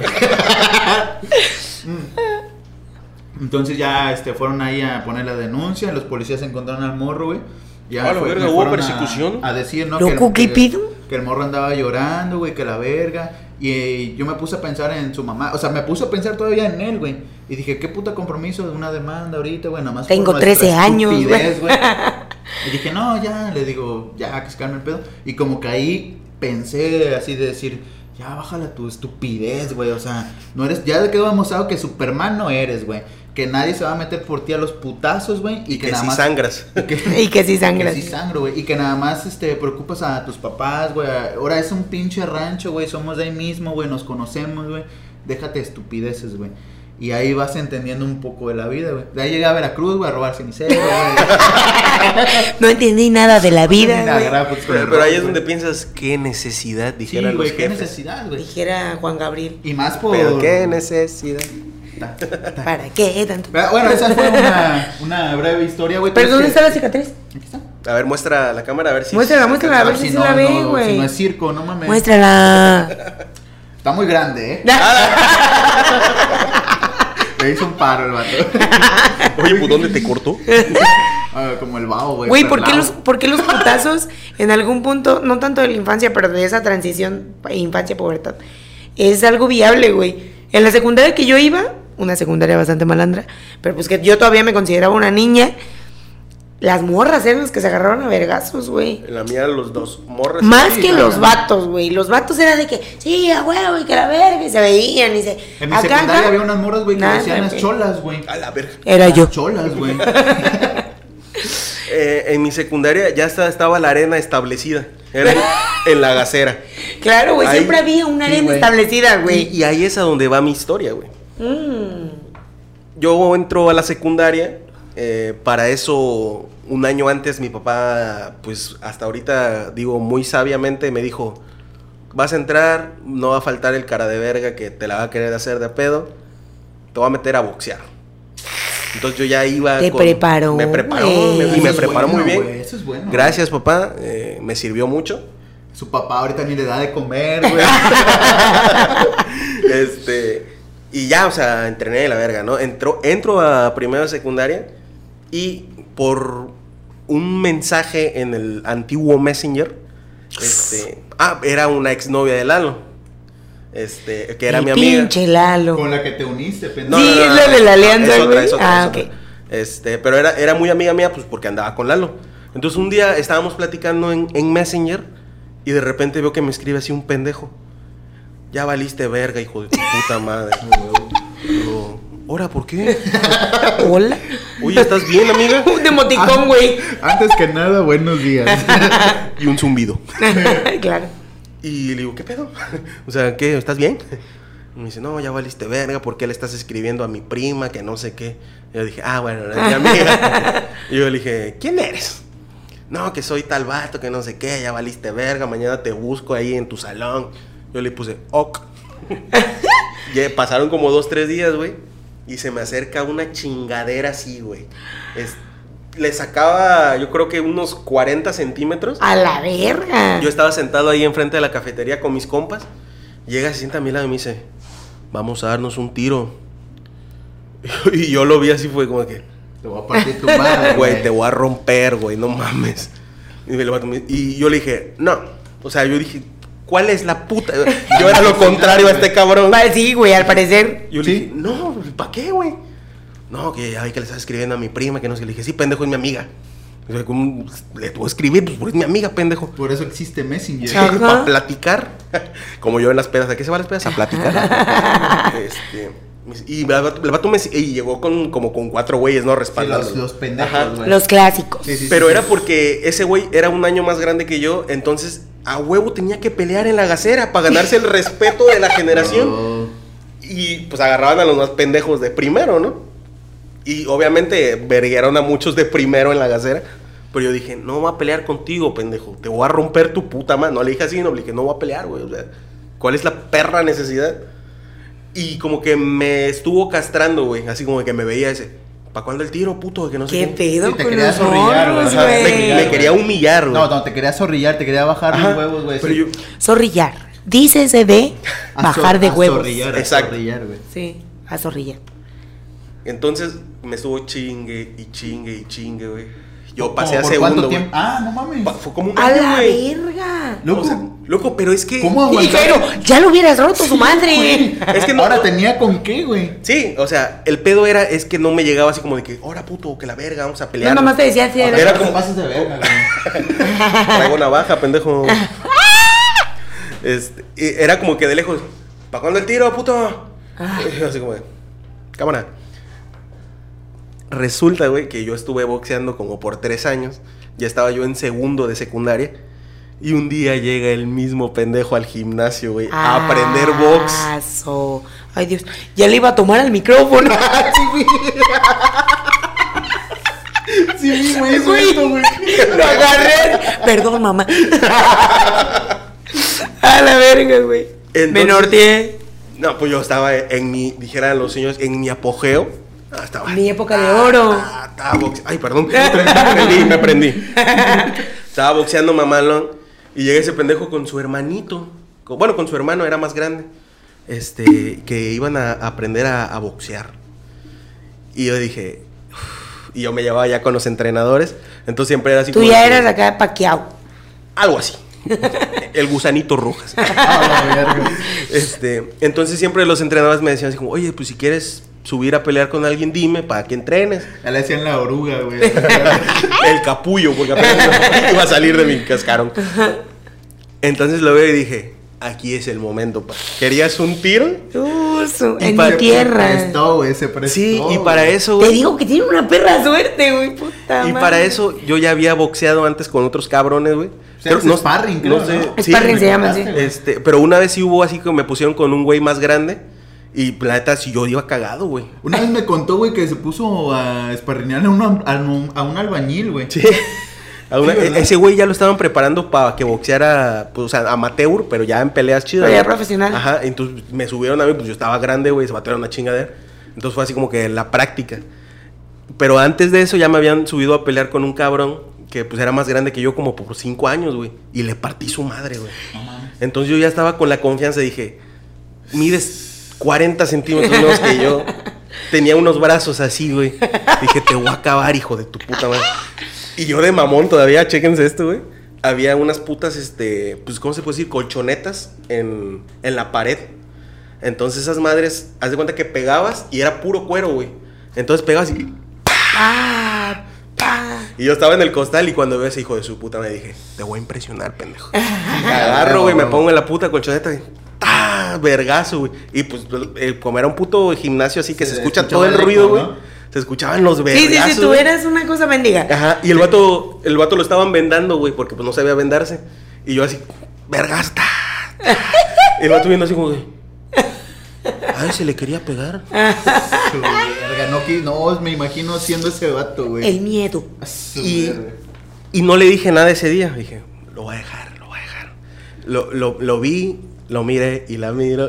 Mm. Entonces ya este, fueron ahí a poner la denuncia. Los policías encontraron al morro, güey. Ya Ah, la fue- verga, me ¿hubo fueron a- persecución? A, decir, ¿no? Loco, que, ¿qué pido? que el morro andaba llorando, güey, que la verga. Y eh, yo me puse a pensar en su mamá. O sea, me puse a pensar todavía en él, güey. Y dije, qué puta compromiso de una demanda ahorita, güey. Nada más. por Tengo nuestra trece años, estupidez, güey. Y dije, no, ya. Le digo, ya, que se calme el pedo. Y como que ahí pensé así de decir, ya, bájala tu estupidez, güey. O sea, no eres. Ya quedó demostrado que Superman no eres, güey. Que nadie se va a meter por ti a los putazos, güey. Y que nada si más. sangras. Y que, Y que sí sangras. que sí sangro, güey. Y que nada más este, preocupas a tus papás, güey. Ahora es un pinche rancho, güey. Somos de ahí mismo, güey. Nos conocemos, güey. Déjate estupideces, güey. Y ahí vas entendiendo un poco de la vida, güey. De ahí llegué a Veracruz, güey, a robar cenicero, güey. No entendí nada de la vida, Ni güey. nada, pues, con el Pero, pero ahí es rock, donde güey. piensas, qué necesidad, Sí, dijeran güey, los qué jefes. necesidad, güey. Dijera Juan Gabriel. Y más por. Pero qué necesidad. Ta, ta. ¿Para qué tanto? Pero, bueno, esa fue una, una breve historia, güey. ¿Pero es dónde que- está la cicatriz? Aquí está. A ver, muestra la cámara, a ver si... Muéstrala, muéstrala, a ver Ah, si se no, la ve, no, güey. Si no es circo, no mames. Muéstrala. Está muy grande, ¿eh? Le hizo un paro el vato. Oye, pues ¿dónde te cortó? Ah, como el vaho, güey. Güey, ¿por qué, perlao. los, ¿por qué los putazos en algún punto, no tanto de la infancia, pero de esa transición infancia-pubertad, es algo viable, güey? En la secundaria que yo iba, una secundaria bastante malandra, pero pues que yo todavía me consideraba una niña, las morras eran las que se agarraron a vergazos, güey. En la mía los dos morras. Más sí, que claro. los vatos, güey. Los vatos era de que, sí, a huevo, y que la verga, y se veían, y se... En mi acá, secundaria acá. había unas morras, güey, que Nada, decían las güey. cholas, güey. A la verga. Era Las yo. cholas, güey. Eh, en mi secundaria ya está- estaba la arena establecida. Era en, en la gacera. Claro, güey, Ahí- siempre había una sí, arena güey. establecida, Y, güey. y ahí es a donde va mi historia, güey. Mm. Yo entro a la secundaria. eh, para eso, un año antes, mi papá, pues hasta ahorita, digo, muy sabiamente me dijo: vas a entrar, no va a faltar el cara de verga que te la va a querer hacer de a pedo. Te voy a meter a boxear. Entonces yo ya iba. Te preparó, Me preparó güey. me- y Eso me es preparó bueno, muy bien. güey, eso es bueno. Gracias, papá. eh, me sirvió mucho. Su papá ahorita ni le da de comer, güey. este. Y ya, o sea, entrené de la verga, ¿no? Entro, entro a primero de secundaria y por un mensaje en el antiguo Messenger, este, ah, era una exnovia de Lalo, este, que era El mi amiga. Pinche Lalo. Con la que te uniste, pendejo. No, Sí, no, no, es no, la de la no, alianza, es otra, güey. es otra, Ah, es otra. ok. Este, pero era, era muy amiga mía, pues porque andaba con Lalo. Entonces un día estábamos platicando en, en Messenger Y de repente veo que me escribe así un pendejo. Ya valiste verga, hijo de tu puta madre. Digo, ¿ahora por qué? Hola. Oye, ¿estás bien, amiga? Un emoticón, güey. Antes que nada, buenos días. Y un zumbido. Claro. Y le digo, ¿qué pedo? O sea, ¿qué? ¿Estás bien? Y me dice, no, ya valiste verga, ¿por qué le estás escribiendo a mi prima? Que no sé qué. Y yo dije, ah, bueno, es mi amiga. Y yo le dije, ¿quién eres? No, que soy tal vato, que no sé qué, ya valiste verga, mañana te busco ahí en tu salón. Yo le puse, ok. Ya pasaron como dos, tres días, güey. Y se me acerca una chingadera así, güey. Es, le sacaba, yo creo que unos cuarenta centímetros. A la verga. Yo estaba sentado ahí enfrente de la cafetería con mis compas. Llega, se sienta a mi lado y me dice, vamos a darnos un tiro. Y yo lo vi así, fue como que, Te voy a partir tu madre, güey, te voy a romper, güey, no mames. Y, me levanto, y yo le dije, no. O sea, yo dije, ¿cuál es la puta? Yo era lo contrario a este cabrón. Va, sí, güey, al parecer. Yo le ¿Sí? dije, no, ¿para qué, güey? No, que ay, que le estás escribiendo a mi prima, que no sé. Le dije, sí, pendejo, es mi amiga. O sea, ¿cómo le tuvo que escribir? Pues porque es mi amiga, pendejo. Por eso existe Messenger. Ajá. Para platicar. Como yo en las pedas. ¿A qué se van las pedas? A platicar. este, y el vato, el vato me, y llegó con, como con cuatro güeyes, ¿no? Sí, Respaldando. los, los Ajá. pendejos, güey. Los clásicos. Sí, sí, Pero sí, era sí. porque ese güey era un año más grande que yo. Entonces, a huevo tenía que pelear en la gacera para ganarse el respeto de la generación. Oh. Y pues agarraban a los más pendejos de primero, ¿no? Y obviamente verguearon a muchos de primero en la gacera. Pero yo dije, no voy a pelear contigo, pendejo. Te voy a romper tu puta mano. No le dije así, no le dije, no voy a pelear, güey. O sea, ¿cuál es la perra necesidad? Y como que me estuvo castrando, güey. Así como que me veía ese, ¿para cuándo el tiro, puto? Que no sé ¿Qué qué. pedo Sí, te con quería los zorrillar, morros, güey. Ajá, me, güey? me quería humillar, güey. No, no, te quería zorrillar, te quería bajar Ajá, los huevos, güey. pero sí. yo, Zorrillar. Dícese de A bajar zor- de a huevos. Zorrillar, a Exacto. zorrillar, güey. Sí, a zorrillar. entonces me estuvo chingue y chingue y chingue, güey. Yo ¿Por- pasé a por segundo, cuánto güey. tiempo? Ah, no mames. Pa- Fue como un ¡A año, la güey. verga! Loco. O sea, loco, pero es que... ¿Cómo Y aguantar? pero ya lo hubieras roto su madre. Es que no- Ahora tenía con qué, güey. Sí, o sea, el pedo era, es que no me llegaba así como de que, ahora puto, que la verga, vamos a pelear. No, nomás te decía así. Era Era Ahora como- te pasas de verga, güey. Traigo navaja, pendejo. Este, y era como que de lejos, ¿para cuándo el tiro, puto? Así como de, cámara. Resulta, güey, que yo estuve boxeando como por tres años. Ya estaba yo en segundo de secundaria. Y un día llega el mismo pendejo al gimnasio, güey, a aprender box. Ah, so. Ay, Dios. Ya le iba a tomar al micrófono. Sí, sí, güey, eso Güey, esto, güey. lo agarré. Perdón, mamá. A la verga, güey. Me Entonces- norteé. No, pues yo estaba en mi, dijeran los señores, en mi apogeo. Ah, estaba, Mi época de oro. Ah, estaba boxe- Ay, perdón. Me prendí, me prendí. Estaba boxeando mamalón. Y llega ese pendejo con su hermanito. con- bueno, con su hermano, era más grande. Este, que iban a, a aprender a, a boxear. Y yo dije. "Uf", y yo me llevaba ya con los entrenadores. Entonces siempre era así Tú como ya que- eras acá paqueado. algo así. El gusanito Rojas. Ah, la verga. Este, entonces siempre los entrenadores me decían así como, oye, pues si quieres subir a pelear con alguien, dime para que entrenes. Ya le decían la oruga, güey. El capullo, porque apenas iba a salir de mi cascarón. Entonces lo veo y dije, aquí es el momento. Pa. ¿Querías un tiro? Uh, su- Y en para- mi Se tierra. prestó, güey, se prestó. Sí, y para güey. eso, Te güey. digo que tiene una perra suerte, güey, puta Y madre. para eso yo ya había boxeado antes con otros cabrones, güey. O sea, es sparring, creo, no sé. ¿no? sí, Sparring se llama, contaste, sí. güey. Este, pero una vez sí hubo así que me pusieron con un güey más grande. Y la neta, si yo iba cagado, güey. Una vez me contó, güey, que se puso a esparrinear a un, a un, a un albañil, güey. Sí. A una- Sí, ¿verdad? ese güey ya lo estaban preparando para que boxeara, pues, o sea, amateur, pero ya en peleas chidas. Pero ya ¿no? profesional. Ajá, entonces me subieron a mí, pues yo estaba grande, güey, se batearon una chingadera. Entonces fue así como que la práctica. Pero antes de eso ya me habían subido a pelear con un cabrón que pues era más grande que yo como por cinco años, güey. Y le partí su madre, güey. No mames. Entonces yo ya estaba con la confianza y dije, mides cuarenta centímetros menos que yo. Tenía unos brazos así, güey. Dije, te voy a acabar, hijo de tu puta madre. Y yo de mamón todavía, chéquense esto, güey. Había unas putas, este, pues, ¿cómo se puede decir? Colchonetas en, en la pared. Entonces esas madres, haz de cuenta que pegabas y era puro cuero, güey. Entonces pegabas y... Ah, pa. Y yo estaba en el costal y cuando veo a ese hijo de su puta me dije, te voy a impresionar, pendejo. Me agarro, güey, me pongo en la puta colchoneta y ¡ah! Vergazo, güey. Y pues, eh, como era un puto gimnasio así que se, se escucha todo el ruido, güey. ¿No? Se escuchaban los vergazos. Sí, sí, sí, tú eras una cosa mendiga. Ajá, y el vato, el vato lo estaban vendando, güey, porque pues no sabía vendarse. Y yo así, vergas, ta, ta. Y el vato viendo así como que, ay, se le quería pegar. Verga, no, no, me imagino siendo ese vato, güey. El miedo. Y, y no le dije nada ese día. Dije, lo voy a dejar, lo voy a dejar. Lo, lo, lo vi, lo miré y la miro.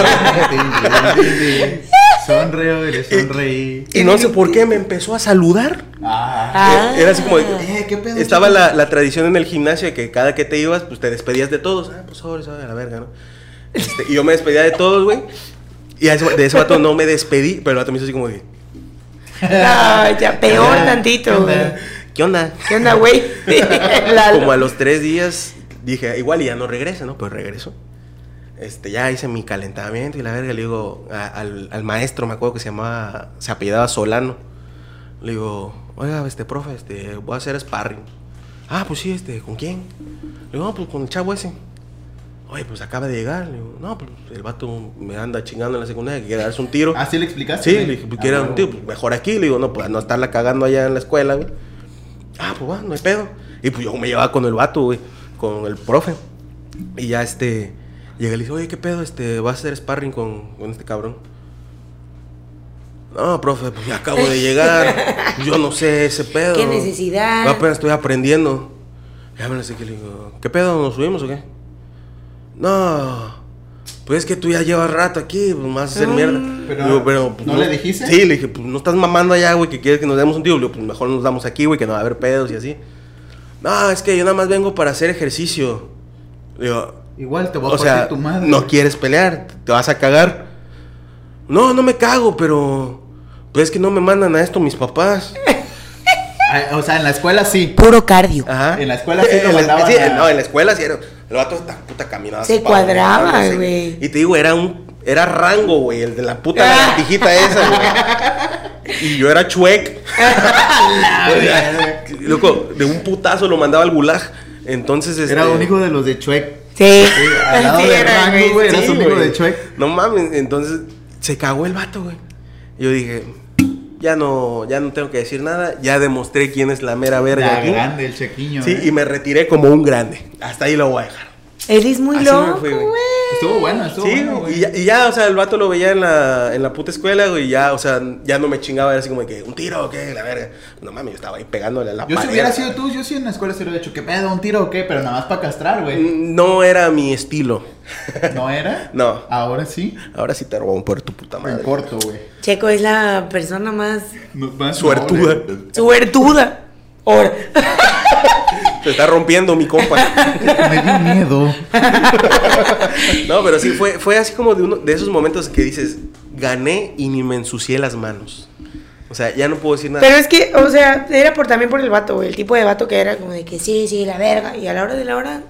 Sonreo y le sonreí. Y, y no sé por qué me empezó a saludar. Ah. Era así como de, eh, ¿qué pedo, estaba la, la tradición en el gimnasio de que cada que te ibas, pues te despedías de todos. Ah, pues sobre, sobre, a la verga, ¿no? Este, y yo me despedía de todos, güey. Y a ese, de ese vato no me despedí, pero el vato me hizo así como de, no, ya peor tantito, güey. ¿Qué onda? ¿Qué onda, güey? Como a los tres días dije, igual y ya no regresa, ¿no? Pues regreso. Este, ya hice mi calentamiento y la verga, le digo a, al, al maestro, me acuerdo que se llamaba, se apellidaba Solano. Le digo, oiga, este profe, este, voy a hacer sparring. Ah, pues sí, este, ¿con quién? Le digo, no, pues con el chavo ese. Oye, pues acaba de llegar. Le digo, no, pues el vato me anda chingando en la secundaria, que quiere darse un tiro. ¿Ah, sí le explicaste? Sí, le dije, pues quiere dar un tiro, pues mejor aquí. Le digo, no, pues no estarla cagando allá en la escuela, güey. Ah, pues va, no hay pedo. Y pues yo me llevaba con el vato, güey, con el profe. Y ya este, llega y le dice, oye, ¿qué pedo? Este, ¿vas a hacer sparring con, con este cabrón? No, profe, pues ya acabo de llegar. Yo no sé ese pedo. ¿Qué necesidad? Yo apenas estoy aprendiendo. Ya me lo sé que le digo, ¿qué pedo? ¿Nos subimos o qué? No, pues es que tú ya llevas rato aquí, pues me vas a hacer mm, mierda. Pero, digo, pero pues, ¿no, ¿no le dijiste? Sí, le dije, pues no estás mamando allá, güey, que quieres que nos demos un tiro. Le digo, pues mejor nos damos aquí, güey, que no va a haber pedos y así. No, es que yo nada más vengo para hacer ejercicio. Le digo, igual te voy a o partir sea, tu madre. No quieres pelear, te vas a cagar. No, no me cago, pero pues es que no me mandan a esto mis papás. O sea, en la escuela sí. Puro cardio. Ajá. En la escuela sí lo en la, mandaban sí, a... No, en la escuela sí era... El vato esta puta caminaba. Se cuadraba, güey. Y te digo, era un... Era Rango, güey. El de la puta lagartijita esa, güey. Y yo era Chuec. O sea, loco, de un putazo lo mandaba al gulag. Entonces, este... Era un hijo de los de Chuec. Sí. Sí, al lado Sí, de era, Rango, güey, güey. Eras sí, un hijo güey. de Chuec. No mames. Entonces, se cagó el vato, güey. Yo dije... Ya no, ya no tengo que decir nada. Ya demostré quién es la mera verga Ya aquí. grande el chequiño. Sí, ¿eh? y me retiré como un grande. Hasta ahí lo voy a dejar. Eres muy Así me loco, fui, güey. güey. Estuvo bueno, estuvo Sí, bueno, güey, güey. y, ya, y ya, o sea, el vato lo veía en la, en la puta escuela, güey, y ya, o sea, ya no me chingaba, era así como de que, ¿un tiro o qué? La verga. No mames, yo estaba ahí pegándole a la Yo pared. si hubiera sido tú, yo sí en la escuela se lo hubiera hecho, ¿qué pedo? ¿Un tiro o qué? Pero nada más para castrar, güey. No era mi estilo. ¿No era? No. Ahora sí. Ahora sí te robó por tu puta madre. En corto, güey. Checo es la persona más No, más Suertuda. noble. suertuda. Ahora. Se está rompiendo mi compa. Me dio miedo. No, pero sí, fue, fue así como de, uno, de esos momentos que dices, gané y ni me ensucié las manos. O sea, ya no puedo decir nada. Pero es que, o sea, era por también por el vato, güey. El tipo de vato que era como de que sí, sí, la verga. Y a la hora de la hora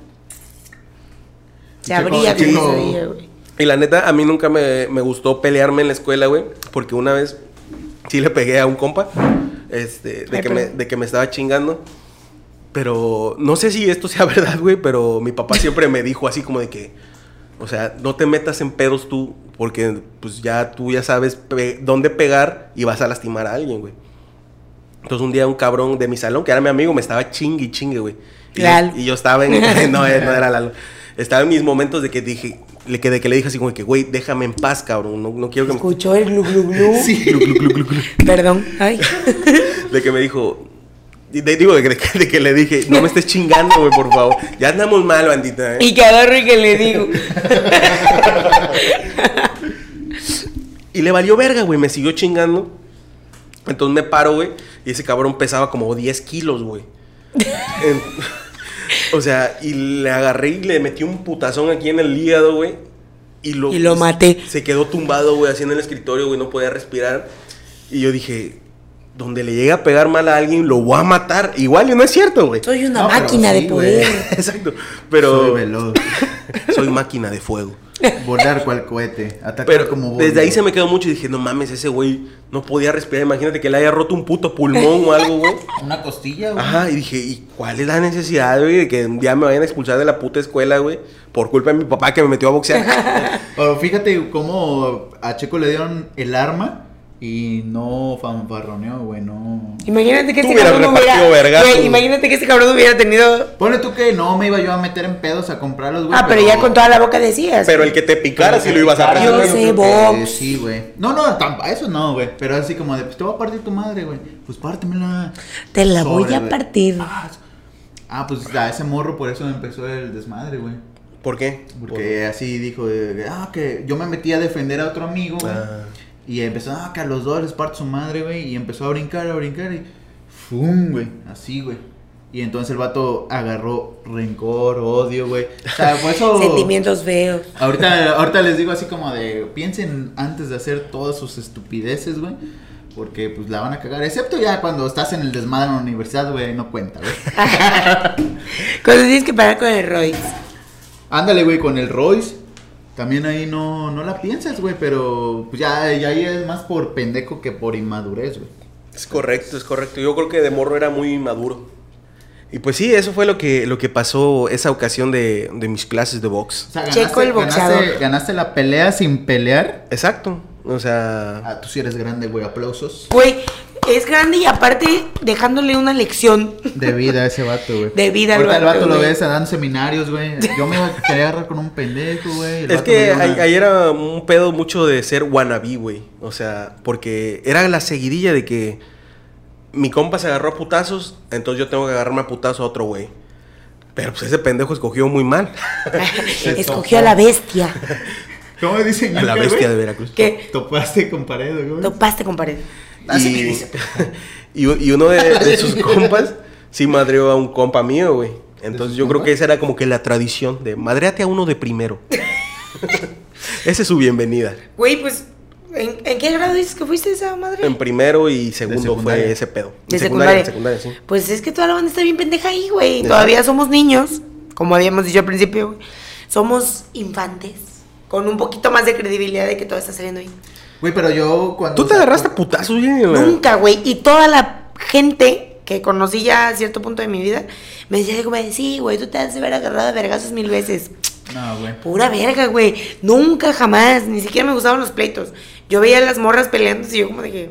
se Chico, abría como chico. se veía, güey. Y la neta, a mí nunca me, me gustó pelearme en la escuela, güey. Porque una vez sí le pegué a un compa. Este, de, Ay, que pero- me, de que me estaba chingando. Pero no sé si esto sea verdad, güey. Pero mi papá siempre me dijo así como de que, o sea, no te metas en pedos tú. Porque pues ya tú ya sabes pe- dónde pegar y vas a lastimar a alguien, güey. Entonces un día un cabrón de mi salón, que era mi amigo, me estaba chingue y chingue, güey. Y, Lalo. y yo estaba en... no, eh, no era Lalo. Estaba en mis momentos de que dije... Le, que, de que le dije así como que, güey, déjame en paz, cabrón. No, no quiero que me... Escuchó el glu glu glu. Sí. Glu, glu, glu, glu, glu. Perdón. Ay. De que me dijo... de- de- digo, de que, de que- de que le dije, no me estés chingando, güey, por favor. Ya andamos mal, bandita, ¿eh? Y que agarro y que le digo. Y le valió verga, güey. Me siguió chingando. Entonces me paro, güey. Y ese cabrón pesaba como diez kilos, güey. En- o sea, y le agarré y le metí un putazón aquí en el hígado, güey. Y lo, Y lo maté. Se quedó tumbado, güey, así en el escritorio, güey. No podía respirar. Y yo dije, donde le llegue a pegar mal a alguien, lo voy a matar. Igual, y no es cierto, güey. Soy una No, pero máquina sí, de poder. güey. Exacto. Pero Soy veloz. soy máquina de fuego. Volar cual cohete. Atacar Pero como desde bomba. ahí se me quedó mucho y dije, no mames, ese güey no podía respirar. Imagínate que le haya roto un puto pulmón o algo, güey. Una costilla, güey. Ajá, y dije, ¿y cuál es la necesidad, güey, de que un día me vayan a expulsar de la puta escuela, güey? Por culpa de mi papá que me metió a boxear. Pero fíjate cómo a Checo le dieron el arma y no fanfarroneó, güey, no. Imagínate que Tú este hubieras cabrón repartido hubiera... vergazos. Güey, imagínate que este cabrón hubiera tenido... Ponle tú que no me iba yo a meter en pedos a comprarlos, güey. Ah, pero ya con toda la boca decías. Pero el que te picara si lo ibas a Yo arrasar. sé, creo que box. Sí, güey. No, no, tamp- eso no, güey. Pero así como de, pues te voy a partir tu madre, güey. Pues pártemela. Te la voy Sobre, a güey. partir. Ah, ah, pues a ese morro por eso empezó el desmadre, güey. ¿Por qué? Porque así dijo, eh, ah, que yo me metí a defender a otro amigo, güey. Ah. Y empezó, ah, que a los dos les parto su madre, güey. Y empezó a brincar, a brincar y... ¡Fum, güey! Así, güey. Y entonces el vato agarró rencor, odio, güey. O sea, por eso... Sentimientos feos. Ahorita, ahorita les digo así como de... Piensen antes de hacer todas sus estupideces, güey. Porque pues la van a cagar. Excepto ya cuando estás en el desmadre en la universidad, güey. No cuenta, güey. Cuando tienes que parar con el Royce. Ándale, güey, con el Royce. También ahí no, no la piensas, güey. Pero pues ya, ya ahí es más por pendejo que por inmadurez, güey. Es correcto, es correcto. Yo creo que de morro era muy maduro. Y pues sí, eso fue lo que, lo que pasó esa ocasión de, de mis clases de box. O sea, Checo el boxeador. Ganaste, ganaste la pelea sin pelear. Exacto. O sea, Ah, tú sí eres grande, güey. Aplausos. Güey, es grande y aparte dejándole una lección De vida a ese vato, güey. de vida al Ahorita el vato, vato lo güey. ves dando seminarios, güey. Yo me iba a querer agarrar con un pendejo, güey. El es vato que me dio una- ahí, ahí era un pedo mucho de ser wannabe, güey. O sea, porque era la seguidilla de que mi compa se agarró a putazos, entonces yo tengo que agarrarme a putazo a otro güey. Pero pues ese pendejo escogió muy mal. Se Escogió a topó. la bestia. ¿Cómo dicen? A la Yuka, bestia güey? de Veracruz. ¿Qué? Topaste con pared, güey. Topaste con pared. Así Y, me dice. y, y uno de, de sus compas sí madreó a un compa mío, güey. Entonces yo creo compas? que esa era como que la tradición de madreate a uno de primero. Esa es su bienvenida. Güey, pues, ¿en, en qué grado dices que fuiste esa madre? En primero y segundo secundaria. fue ese pedo. En De secundaria, secundaria. en secundaria, sí. Pues es que toda la banda está bien pendeja ahí, güey. Exacto. Todavía somos niños, como habíamos dicho al principio, güey. Somos infantes, con un poquito más de credibilidad de que todo está saliendo bien. Güey, pero yo cuando... ¿Tú te agarraste a putazos, güey? en la- Nunca, güey. Y toda la gente que conocí ya a cierto punto de mi vida me decía como, de, sí, güey, tú te has de haber agarrado a vergazos mil veces. No, güey. Pura verga, güey. Nunca, jamás. Ni siquiera me gustaban los pleitos. Yo veía a las morras peleando y yo como de que...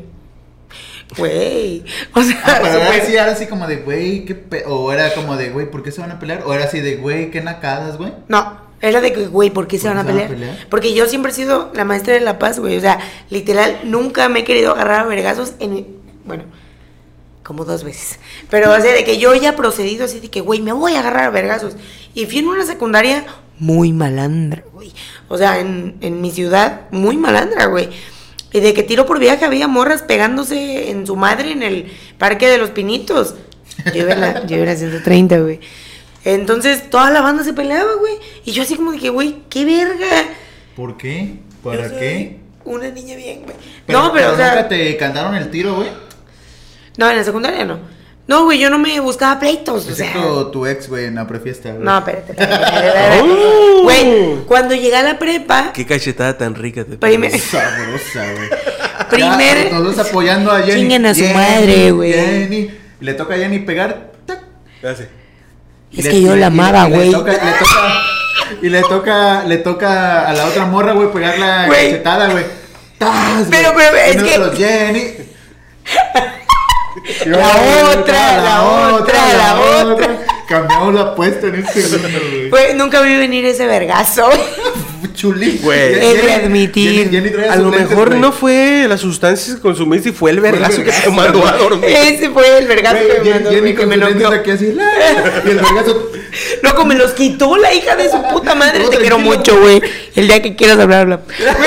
Güey. O sea, Ah, pero era súper- así, era así como de, güey, qué pe... O era como de, güey, ¿por qué se van a pelear? O era así de, güey, qué nacadas, güey. No, era de que, güey, ¿por qué se ¿Por van a qué se van a pelear? pelear? Porque yo siempre he sido la maestra de la paz, güey. O sea, literal, nunca me he querido agarrar a vergazos en mi... Bueno, como dos veces. Pero, o sea, de que yo ya he procedido así de que, güey, me voy a agarrar a vergazos. Y fui en una secundaria muy malandra, güey. O sea, en, en mi ciudad, muy malandra, güey. Y de que tiro por viaje había morras pegándose en su madre en el Parque de los Pinitos. Yo iba en la, yo iba en la ciento treinta, güey. Entonces, toda la banda se peleaba, güey. Y yo así como de que, güey, qué verga. ¿Por qué? ¿Para Yo soy qué? Una niña bien, güey. Pero, No, pero, o sea... ¿nunca te cantaron el tiro, güey? No, en la secundaria no. No, güey, yo no me buscaba pleitos, o sea... Excepto tu ex, güey, en la prefiesta, güey. No, espérate, espérate, espérate. Oh. Güey, cuando llegué a la prepa... Qué cachetada tan rica te Primer- pegó. Sabrosa, güey. Primer- Ya, nosotros apoyando a Jenny. Chinguen a su Jenny, madre, güey. Jenny. Y le toca a Jenny pegar. ¡Tac! Ya sé. Y Es le- que yo y le- la y le- amaba, y le güey. toca- Le toca... Y le toca, le toca a la otra morra, güey, pegar la Güey. cachetada, güey. ¡Tas, Pero, güey! pero, Y es que- nosotros, Jenny. Y La luego, otra, la otra, la otra. Cambiamos la apuesta en este segundo, güey. Güey, nunca vi venir ese vergazo. Chulín. Güey. Jenny- He de admitir. Jenny- Jenny traía A sus lo lentes, mejor güey. no fue las sustancias que consumiste y fue el vergazo que te vergazo, mandó a güey. dormir. Ese fue el vergazo Güey, que me Jenny- mandó, Jenny güey, que con me sus lentes noqueó. aquí así, la- y el vergazo. Loco, me los quitó la hija de su puta madre. No, Te quiero tranquilo. mucho, güey. El día que quieras hablar, habla.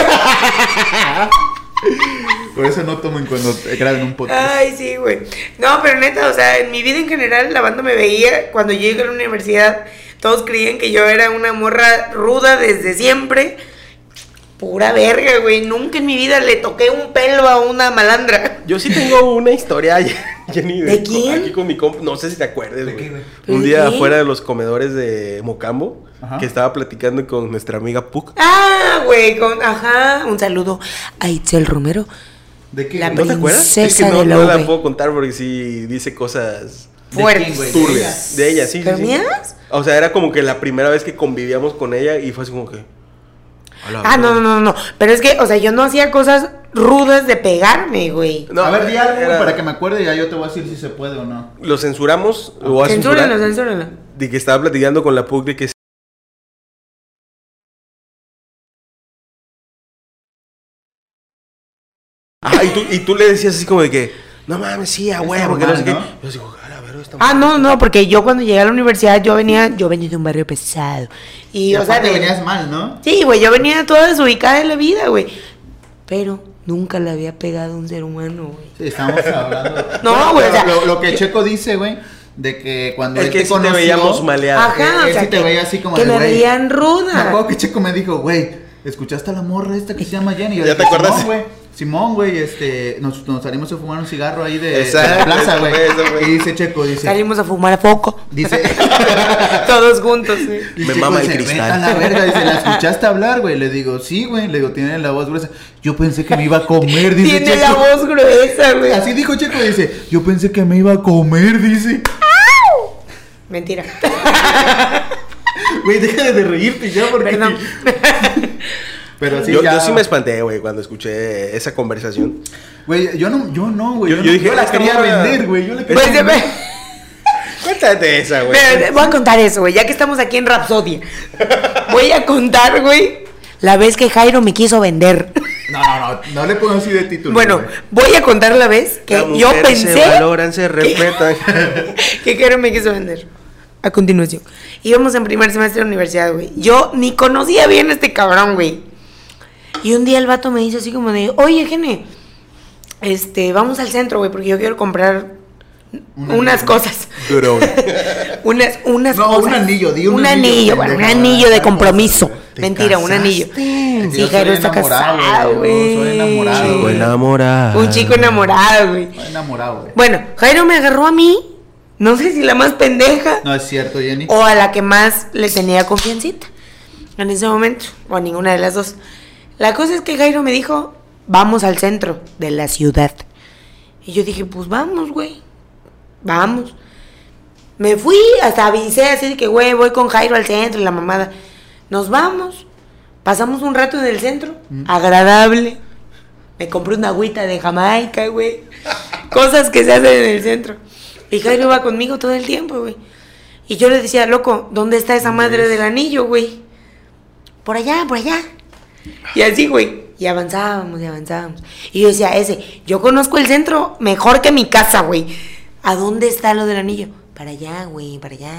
Por eso no tomen cuando graben un podcast. Ay, sí, güey. No, pero neta, o sea, en mi vida en general, la banda me veía. Cuando yo llegué a la universidad, todos creían que yo era una morra ruda desde siempre. Pura verga, güey. Nunca en mi vida le toqué un pelo a una malandra. Yo sí tengo una historia, Jenny. ¿De quién? Aquí con mi compa. No sé si te acuerdes, ¿De güey. qué, güey? Un ¿De día qué? afuera de los comedores de Mocambo. Ajá. que estaba platicando con nuestra amiga Puc. Ah, güey, con, ajá, un saludo a Itzel Romero. ¿De qué? La güey? ¿No te acuerdas? Es princesa que no, de la no la V. puedo contar porque sí dice cosas ¿De Fuertes. quién, güey? turbias. De ella, sí. sí, ¿Pero sí. mías? O sea, era como que la primera vez que convivíamos con ella y fue así como que... a la Ah, no, verga. no, no, no. Pero es que, o sea, yo no hacía cosas rudas de pegarme, güey. No, a ver, di algo, güey, era- para que me acuerde y ya yo te voy a decir si se puede o no. Lo censuramos, lo voy a Censúrenlo, censurar. censúrenlo. De que estaba platicando con la Puc de que... Ah, y tú, y tú le decías así como de que... No mames, sí, a Es huevo, que no sé qué. normal, Yo digo, a la verga, esta Ah, no, no, porque yo cuando llegué a la universidad, yo venía, yo venía de un barrio pesado. Y, Y o sea, aparte de- venías mal, ¿no? Sí, güey, yo venía toda desubicada de la vida, güey. Pero nunca le había pegado a un ser humano, güey. Sí, estamos hablando. No, Bueno, güey, pero o sea, lo, lo que yo- Checo dice, güey, de que cuando Es él que te sí te conoció, veíamos maleado. Ajá, él- o él sea, sí te que, veía así como que de, me güey. veían Me ruda. acuerdo que Checo me dijo, güey, ¿escuchaste a la morra esta que se llama Jenny? Y yo ¿Ya dije, te acuerdas? Simón, güey. Simón, güey, este, nos, nos salimos a fumar un cigarro ahí de, de Exacto, la plaza, eso güey. fue, eso fue. Y dice Checo, dice, Salimos a fumar a poco. dice, Todos juntos, sí. dice Me Checo, mama el dice, cristal. "Vete a la verga", dice, ¿la escuchaste hablar, güey? Le digo, sí, güey, le digo, tiene la voz gruesa. Yo pensé que me iba a comer, dice Tiene Checo. la voz gruesa, güey. Así dijo Checo, dice, yo pensé que me iba a comer, dice. Mentira. Güey, deja de reírte ya porque... Perdón. Pero sí, yo, ya... yo sí me espanté, güey, cuando escuché esa conversación. Güey, yo no, yo no, güey. Yo- Yo, yo no- dije, yo la esta quería morra- vender, güey. Yo la quería Pues, vender. ve- Cuéntate esa, güey. Pero, voy a contar eso, güey, ya que estamos aquí en Rapsodia. Voy a contar, güey, la vez que Jairo me quiso vender. No, no, no. No le pongo así de título. Bueno, güey. voy a contar la vez que Las yo mujeres pensé se valoran, se respetan. que Jairo me quiso vender. A continuación, íbamos en primer semestre de universidad, güey. Yo ni conocía bien a este cabrón, güey. Y un día el vato me dice así como de, oye, Gene, este, vamos al centro, güey, porque yo quiero comprar Un unas anillo. cosas. Duro. Unas, unas No, cosas. un anillo, di un un anillo, anillo, bueno, un pendeja, anillo de tal compromiso. cosa, ¿Te Mentira, un anillo. casaste? Sí, Yo Jairo soy está enamorado, casado, güey, güey. yo soy enamorado, Chico güey. enamorado. Un chico enamorado, güey. Estoy enamorado, güey. Bueno, Jairo me agarró a mí, no sé si la más pendeja No es cierto, Jenny. o a la que más le tenía confiancita en ese momento, o a ninguna de las dos. La cosa es que Jairo me dijo, vamos al centro de la ciudad. Y yo dije, pues vamos, güey, vamos. Me fui, hasta avisé así de que, güey, voy con Jairo al centro y la mamada. Nos vamos, pasamos un rato en el centro, agradable. Me compré una agüita de Jamaica, güey. Cosas que se hacen en el centro. Y Jairo iba conmigo todo el tiempo, güey. Y yo le decía, loco, ¿dónde está esa madre del anillo, güey? Por allá, por allá. Y así, güey. Y avanzábamos, y avanzábamos. Y yo decía, ese, yo conozco el centro mejor que mi casa, güey. ¿A dónde está lo del anillo? Para allá, güey, para allá.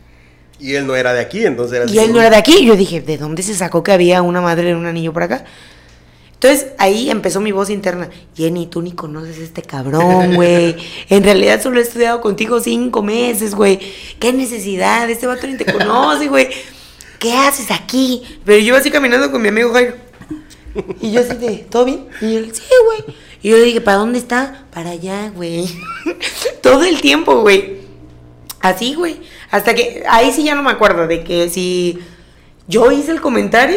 Y él no era de aquí, entonces era así Y él como- no era de aquí. Y yo dije, ¿de dónde se sacó que había una madre en un anillo por acá? Entonces ahí empezó mi voz interna. Jenny, tú ni conoces a este cabrón, güey. En realidad solo he estudiado contigo cinco meses, güey. ¿Qué necesidad? Este vato ni te conoce, güey. ¿Qué haces aquí? Pero yo así caminando con mi amigo Jairo. Y yo así de, ¿todo bien? Y él, sí, güey. Y yo le dije, ¿para dónde está? Para allá, güey. Todo el tiempo, güey. Así, güey. Hasta que, ahí sí ya no me acuerdo de que si yo hice el comentario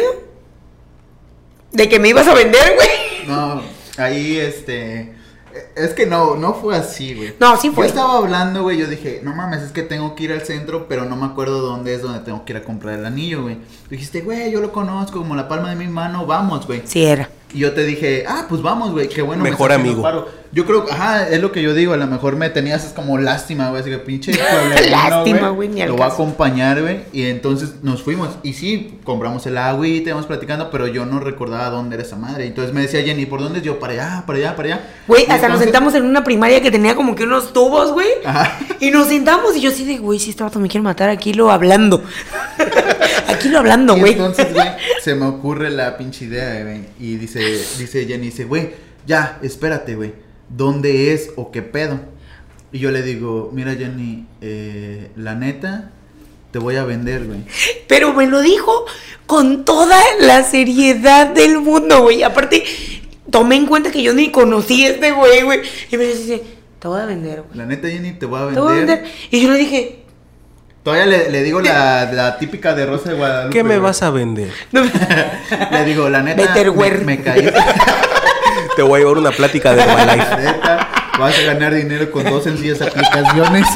de que me ibas a vender, güey. No, ahí este. Es que no, no fue así, güey. No, sí fue. Yo estaba hablando, güey. Yo dije, no mames, es que tengo que ir al centro, pero no me acuerdo dónde es donde tengo que ir a comprar el anillo, güey. Dijiste, güey, yo lo conozco como la palma de mi mano, vamos, güey. Sí era. Y yo te dije, ah, pues vamos, güey, qué bueno. me Mejor estás haciendo amigo. paro. Yo creo, ajá, es lo que yo digo, a lo mejor me tenías como lástima, güey, así que pinche pueblerino, Lástima, güey, ni al lo voy a caso. acompañar, güey, y entonces nos fuimos, y sí, compramos el agüita, íbamos platicando, pero yo no recordaba dónde era esa madre, entonces me decía Jenny, ¿por dónde es? Yo, para allá, para allá, para allá. Güey, Y hasta nos entonces- sentamos en una primaria que tenía como que unos tubos, güey. Ajá. Y nos sentamos y yo así de, güey, si este vato me quiere matar, aquí lo hablando. Aquí lo hablando, Y güey. entonces, güey, se me ocurre la pinche idea, güey. Y dice, dice Jenny, dice, güey, ya, espérate, güey. ¿Dónde es o qué pedo? Y yo le digo, mira, Jenny, eh, la neta, te voy a vender, güey. Pero me lo dijo con toda la seriedad del mundo, güey. Aparte, tomé en cuenta que yo ni conocí a este güey, güey. Y me dice, te voy a vender, güey. La neta, Jenny, te voy a Te voy a vender. vender. Y yo le dije, Todavía le, le digo la, la típica de Rosa de Guadalupe. ¿Qué me güey. vas a vender? Le digo, la neta, Betterware. me, me caí. Te voy a llevar una plática de Herbalife. La neta, vas a ganar dinero con dos sencillas aplicaciones.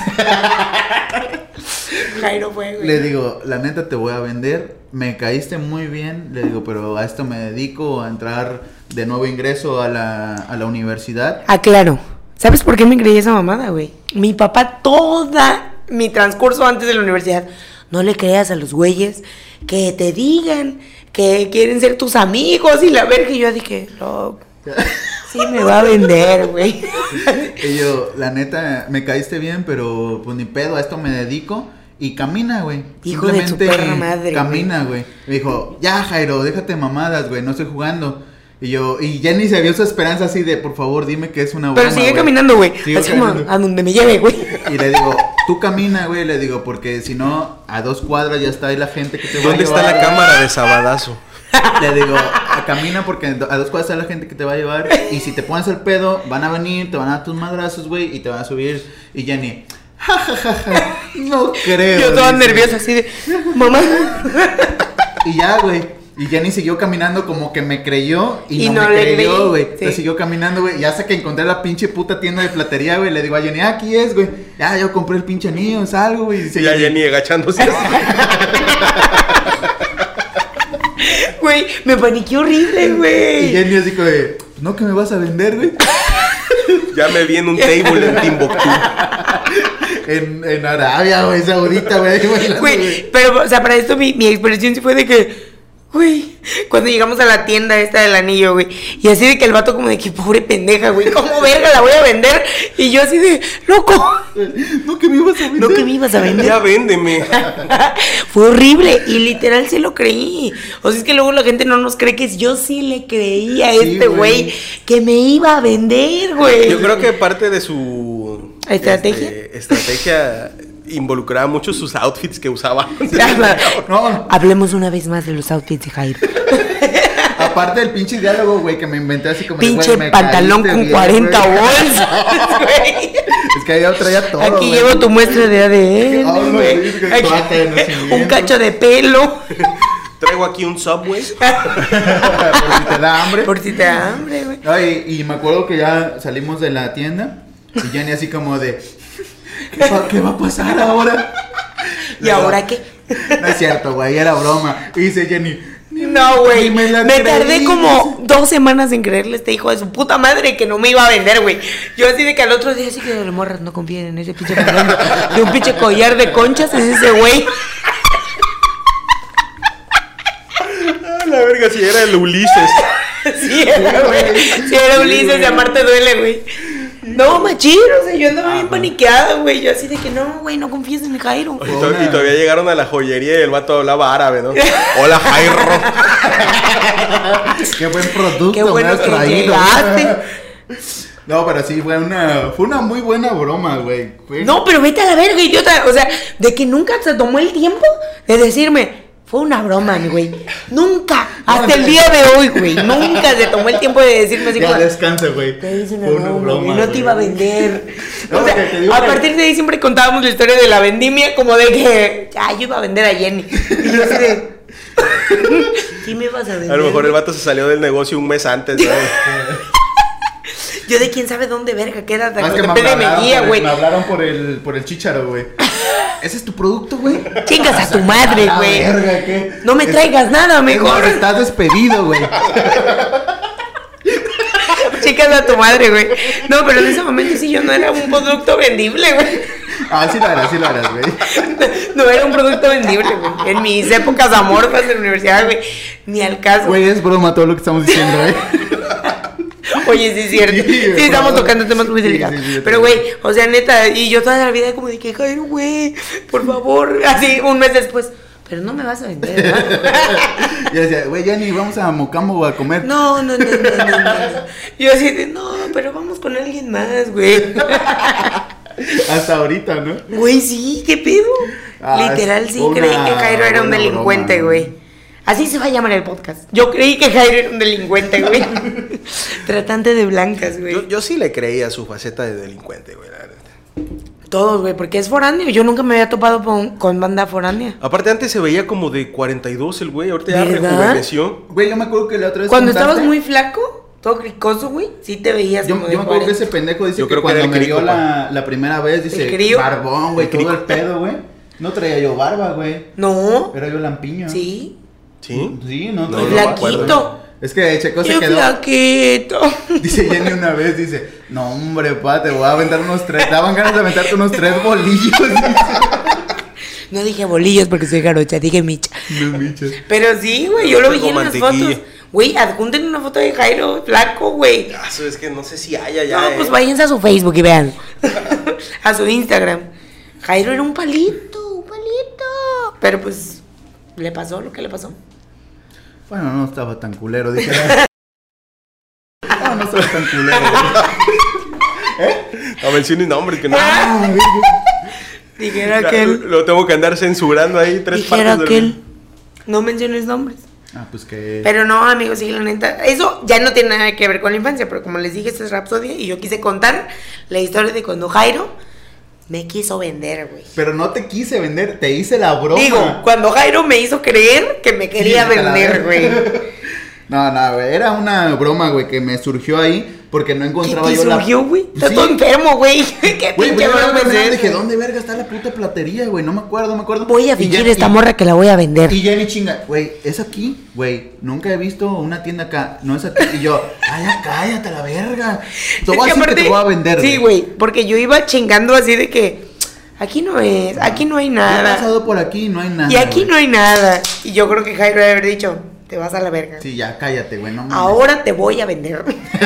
Jairo fue, güey. Le digo, la neta te voy a vender, me caíste muy bien, le digo, pero a esto me dedico, a entrar de nuevo ingreso a la, a la universidad. Ah, claro. ¿Sabes por qué me creí esa mamada, güey? Mi papá, toda mi transcurso antes de la universidad, no le creas a los güeyes que te digan que quieren ser tus amigos y la verga. Y yo dije, loco, sí me va a vender, güey. Y yo, la neta, me caíste bien, pero pues ni pedo, a esto me dedico. Y camina, güey. Hijo de su perra madre, camina, güey. Me dijo, ya, Jairo, déjate mamadas, güey, no estoy jugando. Y yo, y Jenny se vio su esperanza así de, por favor, dime que es una broma, Pero sigue güey. caminando, güey. Sigo Así como caminando. a donde me lleve, güey. Y le digo, tú camina, güey, le digo, porque si no, a dos cuadras ya está ahí la gente que te va a ¿Dónde llevar. está la cámara de Sabadazo? Le digo, "A- camina porque a dos cuadras está la gente que te va a llevar. Y si te pones el pedo, van a venir, te van a dar tus madrazos, güey, y te van a subir. Y Jenny, ja, ja, ja, ja, no creo. Yo toda dice. nerviosa así de, mamá. Y ya, güey. Y Jenny siguió caminando como que me creyó y, Y no, no me le creyó, creí, güey. sí. Entonces siguió caminando, güey. Y hasta que encontré la pinche puta tienda de platería, güey. Le digo a Jenny, ah, aquí es, güey. Ya, yo compré el pinche anillo, salgo, güey. Y dice Y a Jenny agachándose. Güey, me paniqué horrible, Y güey. Jenny así como de, no, que me vas a vender, güey. Ya me vi en un table en Timbuktu. En, en Arabia, güey, Saudita, güey. bailando, Güey, pero, o sea, para esto mi, mi expresión sí fue de que, güey, cuando llegamos a la tienda esta del anillo, güey, y así de que el vato como de que pobre pendeja, güey, ¿cómo verga la voy a vender? Y yo así de, loco, No, que me ibas a vender. no que me ibas a vender. Ya véndeme. Fue horrible y literal se lo creí. O sea, es que luego la gente no nos cree que yo sí le creí a Sí, este güey. güey que me iba a vender, güey. Yo creo que parte de su ¿Estrategia? este, estrategia involucraba mucho sus outfits que usaba. No, Hablemos una vez más de los outfits de Jairo. aparte del pinche diálogo, güey, que me inventé así como de, Pinche güey, me pantalón caíste con bien, cuarenta güey. bolsas, güey. Es que yo traía todo, Aquí güey. llevo tu muestra de A D Ah, N, no, güey. sí, que Aquí- acta de nacimiento. un cacho de pelo. Traigo aquí un Subway. Por si te da hambre. Por si te da hambre, güey. Ay, y me acuerdo que ya salimos de la tienda y Jenny así como de, ¿qué va, qué va a pasar ahora? ¿Y ahora qué? No es cierto, güey, era broma. Y dice Jenny, No, güey. Ni me Me, la tardé creí. como dos semanas en creerle a este hijo de su puta madre que no me iba a vender, güey. Yo así de que al otro día así que de morras no confíen en ese pinche pantalón de, de un pinche collar de conchas, es ese güey. Ah, la verga, si era el Ulises. Sí era, güey. Sí era Ulises de Amarte Duele, güey. No, machín, o sea, yo andaba bien paniqueada, güey. Yo así de que no, güey, no confíes en Jairo. Y, to- y todavía llegaron a la joyería y el vato hablaba árabe, ¿no? Hola, Jairo. qué buen producto Qué me bueno has que traído. llegaste. No, pero sí, fue una, fue una muy buena broma, güey. Fue- No, pero vete a la verga, idiota. O sea, de que nunca se tomó el tiempo de decirme, fue una broma, mi güey. Nunca. Hasta el día de hoy, güey. Nunca se tomó el tiempo de decirme así Ya como, descansa, güey. te hice una Fue broma, güey, no te iba a güey. vender. No, O sea, que te digo a que- partir de ahí siempre contábamos la historia de la vendimia, como de que, ya, yo iba a vender a Jenny. Y yo así de, sí me ibas a vender. A lo mejor el vato se salió del negocio un mes antes, ¿no? Yo de quién sabe dónde verga queda, hasta Ah, es que que me te pede hablaron, guía, por el- güey. me hablaron por el, por el chícharo, güey. ¿Ese es tu producto, güey? Chingas a tu madre, A la güey. verga, ¿qué? No me Es- traigas nada, es mejor. más, estás despedido, güey. Chicas a tu madre, güey. No, pero en ese momento sí yo no era un producto vendible, güey. Ah, sí lo harás, sí lo harás, güey. No era un producto vendible, güey. En mis épocas amorfas de la universidad, güey. Ni al caso. Güey, es broma todo lo que estamos diciendo, güey. Oye, sí es cierto. Sí, Sí, por estamos favor. tocando temas muy Sí, delicados. sí, sí, Pero, sí. güey, o sea, neta, y yo toda la vida como de que, Jairo, güey, por favor. Así, un mes después. Pero no me vas a vender, ¿no? Y decía, güey, Jenny, vamos a Mocambo a comer. No, no, no, no, no, no. Yo así de, no, pero vamos con alguien más, güey. Hasta ahorita, ¿no? Güey, sí, ¿qué pedo? Ah, Literal, es sí, una creí que Jairo era un buena delincuente, broma, güey. güey. Así se va a llamar el podcast. Yo creí que Jairo era un delincuente, güey. Tratante de blancas, güey. Yo, yo sí le creía a su faceta de delincuente, güey, la neta. Todos, güey, porque es foráneo. Yo nunca me había topado con, con banda foránea. Aparte, antes se veía como de cuarenta y dos el güey. Ahorita ya ¿Verdad? rejuveneció. Güey, yo me acuerdo que la otra vez Cuando contaste- estabas muy flaco, todo cricoso, güey, sí te veías Yo, como yo de me acuerdo que cuarenta. ese pendejo dice Yo que creo que cuando era el me crico, vio la, la primera vez, ¿El dice, crío? barbón, güey, El todo crico. el pedo, güey. No traía yo barba, güey. No, Era yo lampiño. sí. ¿Sí? Sí, no No, traía no me barba. acuerdo. Es que Checo se Qué quedó. flaquito. Dice Jenny una vez, dice, no hombre, pa, te voy a aventar unos tres. Daban ganas de aventarte unos tres bolillos. No dije bolillos porque soy jarocha, dije micha. No, michas. Pero sí, güey, yo lo vi Con en las mantequilla. fotos. Güey, adjunten una foto de Jairo, flaco, güey. Ah, eso es que no sé si haya ya. No, eh. pues váyanse a su Facebook y vean. A su Instagram. Jairo era un palito, un palito. Pero pues, le pasó lo que le pasó. Bueno, no estaba tan culero, dije. No, no estaba tan culero. No menciones nombres que no. Ah, Dijera Ya, aquel. Lo tengo que andar censurando ahí tres Dijera partes del- aquel. No menciones nombres. Ah, pues que. Pero no, amigos, sí, la neta. Eso ya no tiene nada que ver con la infancia, pero como les dije, esto es Rapsodia y yo quise contar la historia de cuando Jairo me quiso vender, güey. Pero no te quise vender, te hice la broma. Digo, cuando Jairo me hizo creer que me quería Sí, vete a la vender, verga. güey. No, no, güey, era una broma, güey, que me surgió ahí porque no ¿Qué encontraba te yo la. surgió, güey? Estás Sí. todo enfermo, güey. ¿Qué Güey, pinche güey, yo broma la verdad es dije, esa? ¿dónde verga está la puta platería, güey? No me acuerdo, no me acuerdo. Voy a Y fingir ya- esta y- morra que la voy a vender. Y Jenny chinga, güey, es aquí, güey. Nunca he visto una tienda acá, no es aquí. Y yo, ay, ya cállate a la verga. Te voy a Es decir que aparte- te voy a vender. Sí, güey, porque yo iba chingando así de que aquí no es, aquí no hay He nada. pasado por aquí, no hay nada. Y aquí güey. no hay nada. Y yo creo que Jairo debe haber dicho, te vas a la verga. Sí, ya cállate, güey, no mames. Ahora te voy a vender.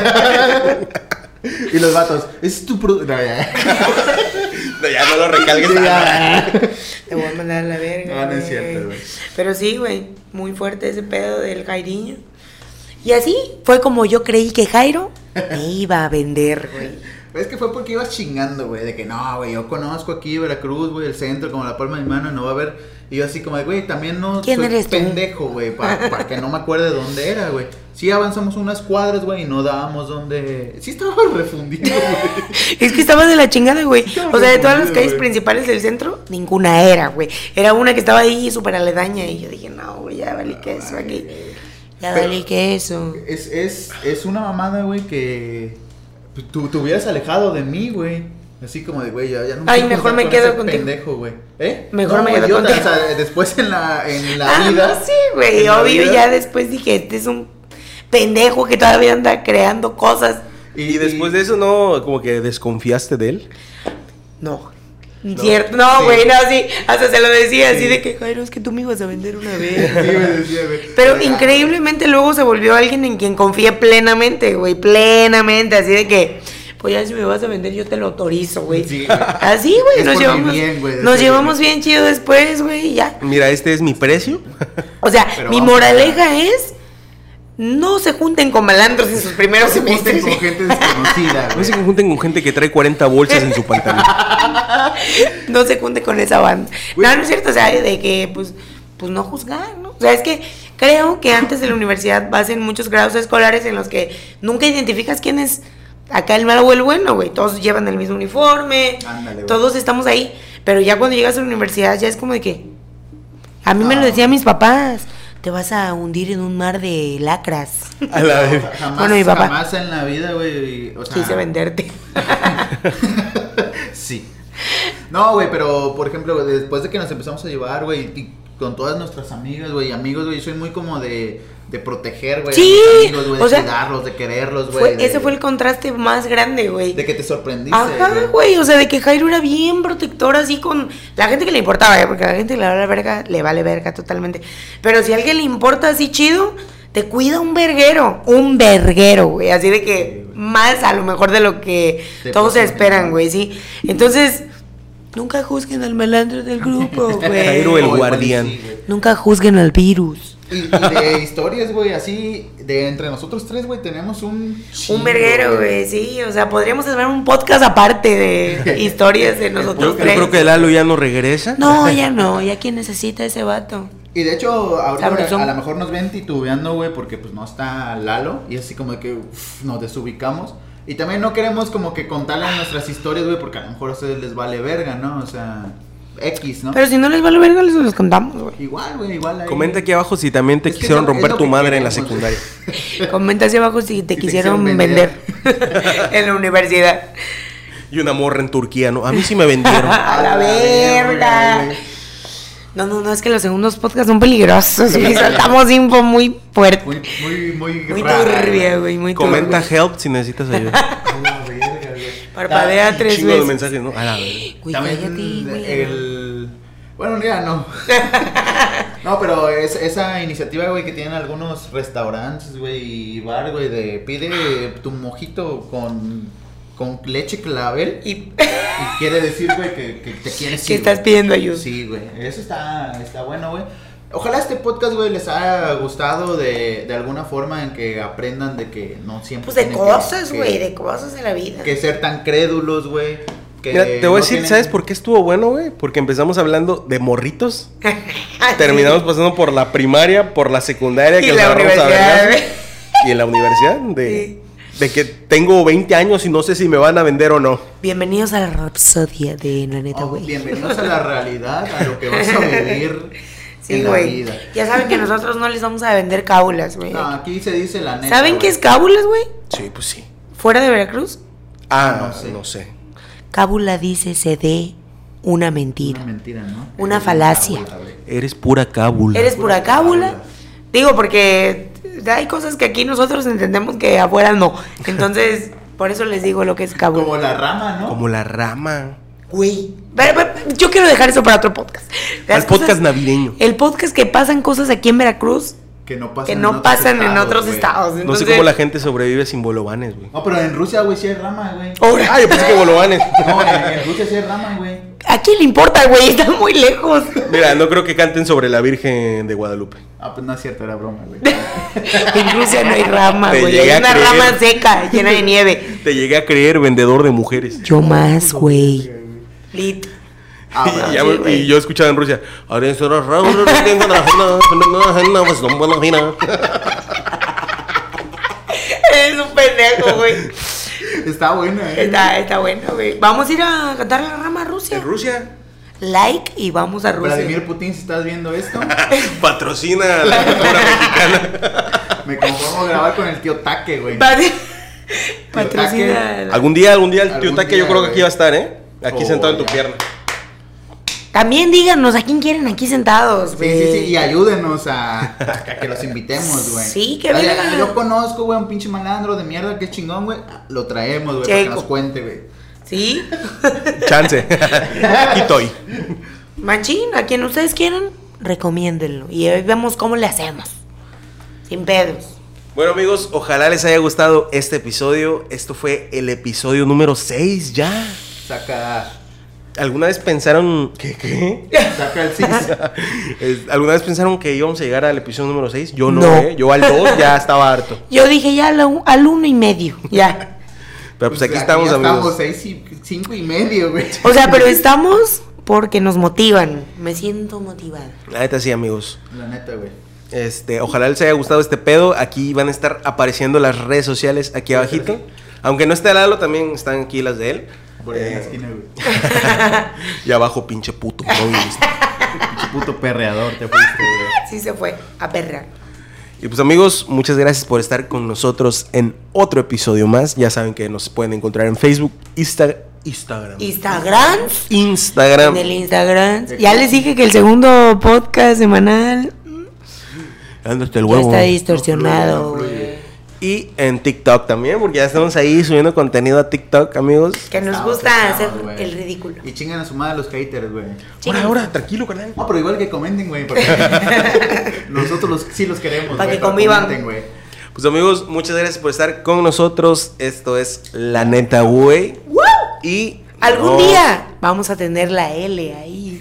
Y los vatos, es tu producto. No, ya. No, ya no lo recalgues. Sí, tanto. ya. Te voy a mandar a la verga. No, no es güey. cierto, güey. Pero sí, güey, muy fuerte ese pedo del Jairiño. Y así fue como yo creí que Jairo me iba a vender, güey. Es que fue porque ibas chingando, güey, de que no, güey, yo conozco aquí Veracruz, güey, el centro, como la palma de mi mano, no va a haber. Y yo así como de, güey, también no ¿Quién soy eres tú? pendejo, güey, para que no me acuerde dónde era, güey. Sí avanzamos unas cuadras, güey, y no dábamos dónde. Sí estaba refundido, güey. Es que estaba de la chingada, güey. Estaba O sea, de todas las confundido, calles güey. principales del centro, ninguna era, güey. Era una que estaba ahí súper aledaña. Y yo dije, no, güey, ya valí que eso aquí. Ya Pero- valí que eso. Es, es, es una mamada, güey, que tú te hubieras alejado de mí, güey. Así como de, güey, ya, ya no Ay, quiero mejor estar me con quedo ese contigo. pendejo, güey. ¿Eh? Mejor me güey, quedo yo, contigo. O sea, después en la, en la Ah, vida. no, sí, güey. en la Obvio, vida, ya después dije, este es un pendejo que todavía anda creando cosas. Y después de eso, ¿no? Como que desconfiaste de él. No. Cierto, no, Sí. güey, no, sí. Hasta se lo decía así Sí. de que, Jairo, es que tú me ibas a vender una vez. Sí, me decía, güey. Pero Ah, increíblemente luego se volvió alguien en quien confié plenamente, güey, plenamente, así de que, pues ya si me vas a vender yo te lo autorizo, güey. Sí, güey. Así, güey, Es nos por mi llevamos, bien, güey, nos decía, llevamos güey. bien chido después, güey, y ya. Mira, este es mi precio. O sea, Pero mi vamos a- moraleja es, no se junten con malandros en sus primeros se junten semestres. con gente desconocida, No güey. se junten con gente que trae cuarenta bolsas en su pantalón. No se junte con esa banda. No, no es cierto, o sea, de que, pues, pues no juzgar, ¿no? O sea, es que creo que antes de la universidad vas en muchos grados escolares en los que nunca identificas quién es acá el malo o el bueno, güey. Todos llevan el mismo uniforme, Ándale, güey. todos estamos ahí. Pero ya cuando llegas a la universidad ya es como de que, a mí me lo No. decían mis papás, te vas a hundir en un mar de lacras. A la vez. Jamás, Bueno, mi papá. jamás en la vida, güey. O sea, Quise venderte. Sí. No, güey, pero por ejemplo, güey, después de que nos empezamos a llevar, güey, y con todas nuestras amigas, güey, y amigos, güey, soy muy como de, de proteger, güey, Sí, a mis amigos, güey, o de sea, cuidarlos, de quererlos, güey. Fue- de- ese fue el contraste más grande, güey. De que te sorprendiste. Ajá, güey, o sea, de que Jairo era bien protector así con la gente que le importaba, ¿eh? Porque a la gente que le vale verga, le vale verga totalmente. Pero si a alguien le importa así chido, te cuida un verguero, un verguero, güey, así de que más a lo mejor de lo que Te todos se pasa, esperan, ¿no? güey, sí. Entonces, nunca juzguen al malandro del grupo, Jairo güey. el No, igual y guardián. sí, güey. Nunca juzguen al virus. Y, y de historias, güey, así, de entre nosotros tres, güey, tenemos un... chingo, Un verguero, güey, sí, o sea, podríamos hacer un podcast aparte de historias de nosotros Yo, yo tres. creo que Lalo ya no regresa. No, ya no, ya quien necesita ese vato. Y de hecho, ahorita Sabrosón. a lo mejor nos ven titubeando, güey, porque pues no está Lalo. Y así como de que uf, nos desubicamos. Y también no queremos como que contarles nuestras historias, güey, porque a lo mejor a ustedes les vale verga, ¿no? O sea, X, ¿no? Pero si no les vale verga, les los contamos, güey. Igual, güey, igual. Ahí, Comenta aquí abajo si también te Es que quisieron es lo- romper es lo tu que madre en la queremos, secundaria. Comenta hacia abajo si te te quisieron quisieron vender, vender. en la universidad. Y una morra en Turquía, ¿no? A mí sí me vendieron. A la verga. güey. No, no, no, es que los segundos podcasts son peligrosos. Y saltamos info muy fuerte. Muy, muy, muy, Muy rara, turbia, güey, muy Comenta turbia. help si necesitas ayuda. A la verga, güey. Parpadea Ah, tres Chingo de veces. mensajes, ¿no? A la verga. Güey, También cállate, güey. el... Bueno, ya no. No, pero es, esa iniciativa, güey, que tienen algunos restaurantes, güey, y bar, güey, de pide tu mojito con, con leche clavel. Y Y quiere decir, güey, que, que te quieres que estás pidiendo ayuda. Sí, güey. Eso está, está bueno, güey. Ojalá este podcast, güey, les haya gustado de, de alguna forma en que aprendan de que no siempre. Pues de tienen cosas, que- güey, que- de cosas de la vida. Que ser tan crédulos, güey. que Mira, te voy a no decir, tienen- ¿sabes por qué estuvo bueno, güey? Porque empezamos hablando de morritos. Terminamos pasando por la primaria, por la secundaria. Y que nos la agarramos a universidad, vergazos, Y en la universidad. De, Sí. de que tengo veinte años y no sé si me van a vender o no. Bienvenidos a la rapsodia de la neta, Oh, güey. bienvenidos a la realidad, a lo que vas a vivir Sí, en la güey. vida. Ya saben que nosotros no les vamos a vender cábulas, güey. No, aquí se dice la neta. ¿Saben güey. qué es cábulas, güey? Sí, pues sí. Fuera de Veracruz, Ah, No sé. no sé. cábula dice se de una mentira. Una mentira, ¿no? Una Eres falacia. cábula, güey. Eres pura cábula. ¿Eres pura cábula? Digo, porque hay cosas que aquí nosotros entendemos que afuera no. Entonces, por eso les digo lo que es cábula. Como la rama, ¿no? Como la rama. Güey. Pero, pero, yo quiero dejar eso para otro podcast. Las Al podcast navideño. El podcast que pasan cosas aquí en Veracruz Que no pasan que en no otros pasan en estados, otros güey. estados. No sé Entonces- cómo la gente sobrevive sin bolovanes, güey. No, pero en Rusia, güey, sí hay rama, güey. Ahora, Ah, yo pensé que bolovanes. No, en, en Rusia sí hay rama, güey. ¿a quién le importa, güey? Está muy lejos. Mira, no creo que canten sobre la Virgen de Guadalupe. Ah, pues no es cierto, era broma, güey. En Rusia no hay rama, Te güey. llegué Hay a una creer. rama seca, llena de nieve. Te llegué a creer vendedor de mujeres. Yo más, güey. Lit. Ah, Y, bueno, ya sí, me- güey. y yo escuchaba en Rusia. "Ahora es hora, Raúl, no tengo la ajena, no tengo la pues, no puedo imaginar". Eres un pendejo, güey. está buena, eh. Está, está bueno, güey. Vamos a ir a cantar la rama a Rusia. En Rusia Like y vamos a Rusia. Vladimir Putin, si estás viendo esto, patrocina a la cultura mexicana. me conformo a grabar con el tío Taque, güey. Vale. Patrocina. Algún día, algún día el tío Algún Taque yo día, creo que güey. aquí va a estar, ¿eh? Aquí Oh, sentado en tu ya. pierna. También díganos a quién quieren aquí sentados, Sí, güey. sí, sí, y ayúdenos a, a que los invitemos, güey. Sí, que Oye, vengan. Yo conozco, güey, un pinche malandro de mierda que es chingón, güey. Lo traemos, güey, para que Checo. nos cuente, güey. Sí. Chance. Aquí estoy. Manchín, a quien ustedes quieran, recomiéndenlo. Y ahí vemos cómo le hacemos. Sin pedos. Bueno, amigos, ojalá les haya gustado este episodio. Esto fue el episodio número seis ya. Saca, ¿Alguna vez pensaron que qué? saca el cis. Es- ¿Alguna vez pensaron que íbamos a llegar al episodio número seis? Yo no, No. ¿eh? Yo al dos ya estaba harto. Yo dije ya al, al uno y medio. Ya. Pero pues aquí ya estamos, amigos. Estamos seis y cinco y medio, güey. O sea, pero estamos porque nos motivan. Me siento motivada. La neta sí, amigos. La neta, güey. Este, ojalá les haya gustado este pedo. Aquí van a estar apareciendo las redes sociales aquí abajito. Aunque no esté Lalo, también están aquí las de él. Por ahí en la Eh, esquina, güey. y abajo, pinche puto. ¿no? Pinche puto perreador te fuiste, güey. Sí se fue. A perra. Y pues amigos, muchas gracias por estar con nosotros en otro episodio más. Ya saben que nos pueden encontrar en Facebook, Insta- Instagram. Instagram. Instagram. En el Instagram. Ya les dije que el segundo podcast semanal Dándote el ya huevo. está distorsionado, No fluye, no güey. fluye. Y en TikTok también, porque ya estamos ahí subiendo contenido a TikTok, amigos. Que nos Estamos, gusta estamos, hacer güey. el ridículo. Y chingan a su madre los haters, güey. Ahora, ahora, tranquilo, canal. No, pero igual que comenten, güey. Porque nosotros los, sí los queremos, Pa' güey, que convivan. comenten, güey. Pues amigos, muchas gracias por estar con nosotros. Esto es La Neta, güey. Y Algún nos- día vamos a tener la L ahí.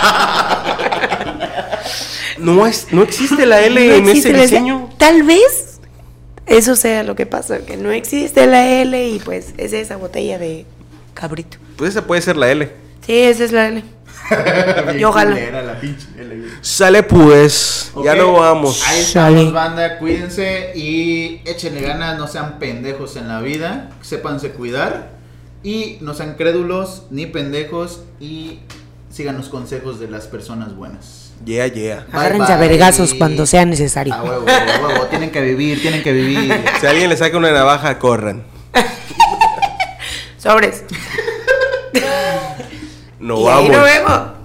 No, es, no existe la L No en existe ese la- diseño. Tal vez eso sea lo que pasa, que no existe la L y pues es esa botella de cabrito. Pues esa puede ser la L. Sí, esa es la L. Bien Y ojalá. culera la pinche L. Sale pues, Ok, ya no vamos. Ahí Sale. estamos, banda. Cuídense y échenle ganas. No sean pendejos en la vida. Sépanse cuidar. Y no sean crédulos ni pendejos. Y sigan los consejos de las personas buenas. Yeah, yeah. Bye, Agárrense a bye. vergazos cuando sea necesario. A huevo, a huevo. Tienen que vivir, tienen que vivir. Si alguien le saca una navaja, corran. Sobres. No y vamos. ahí nos vemos.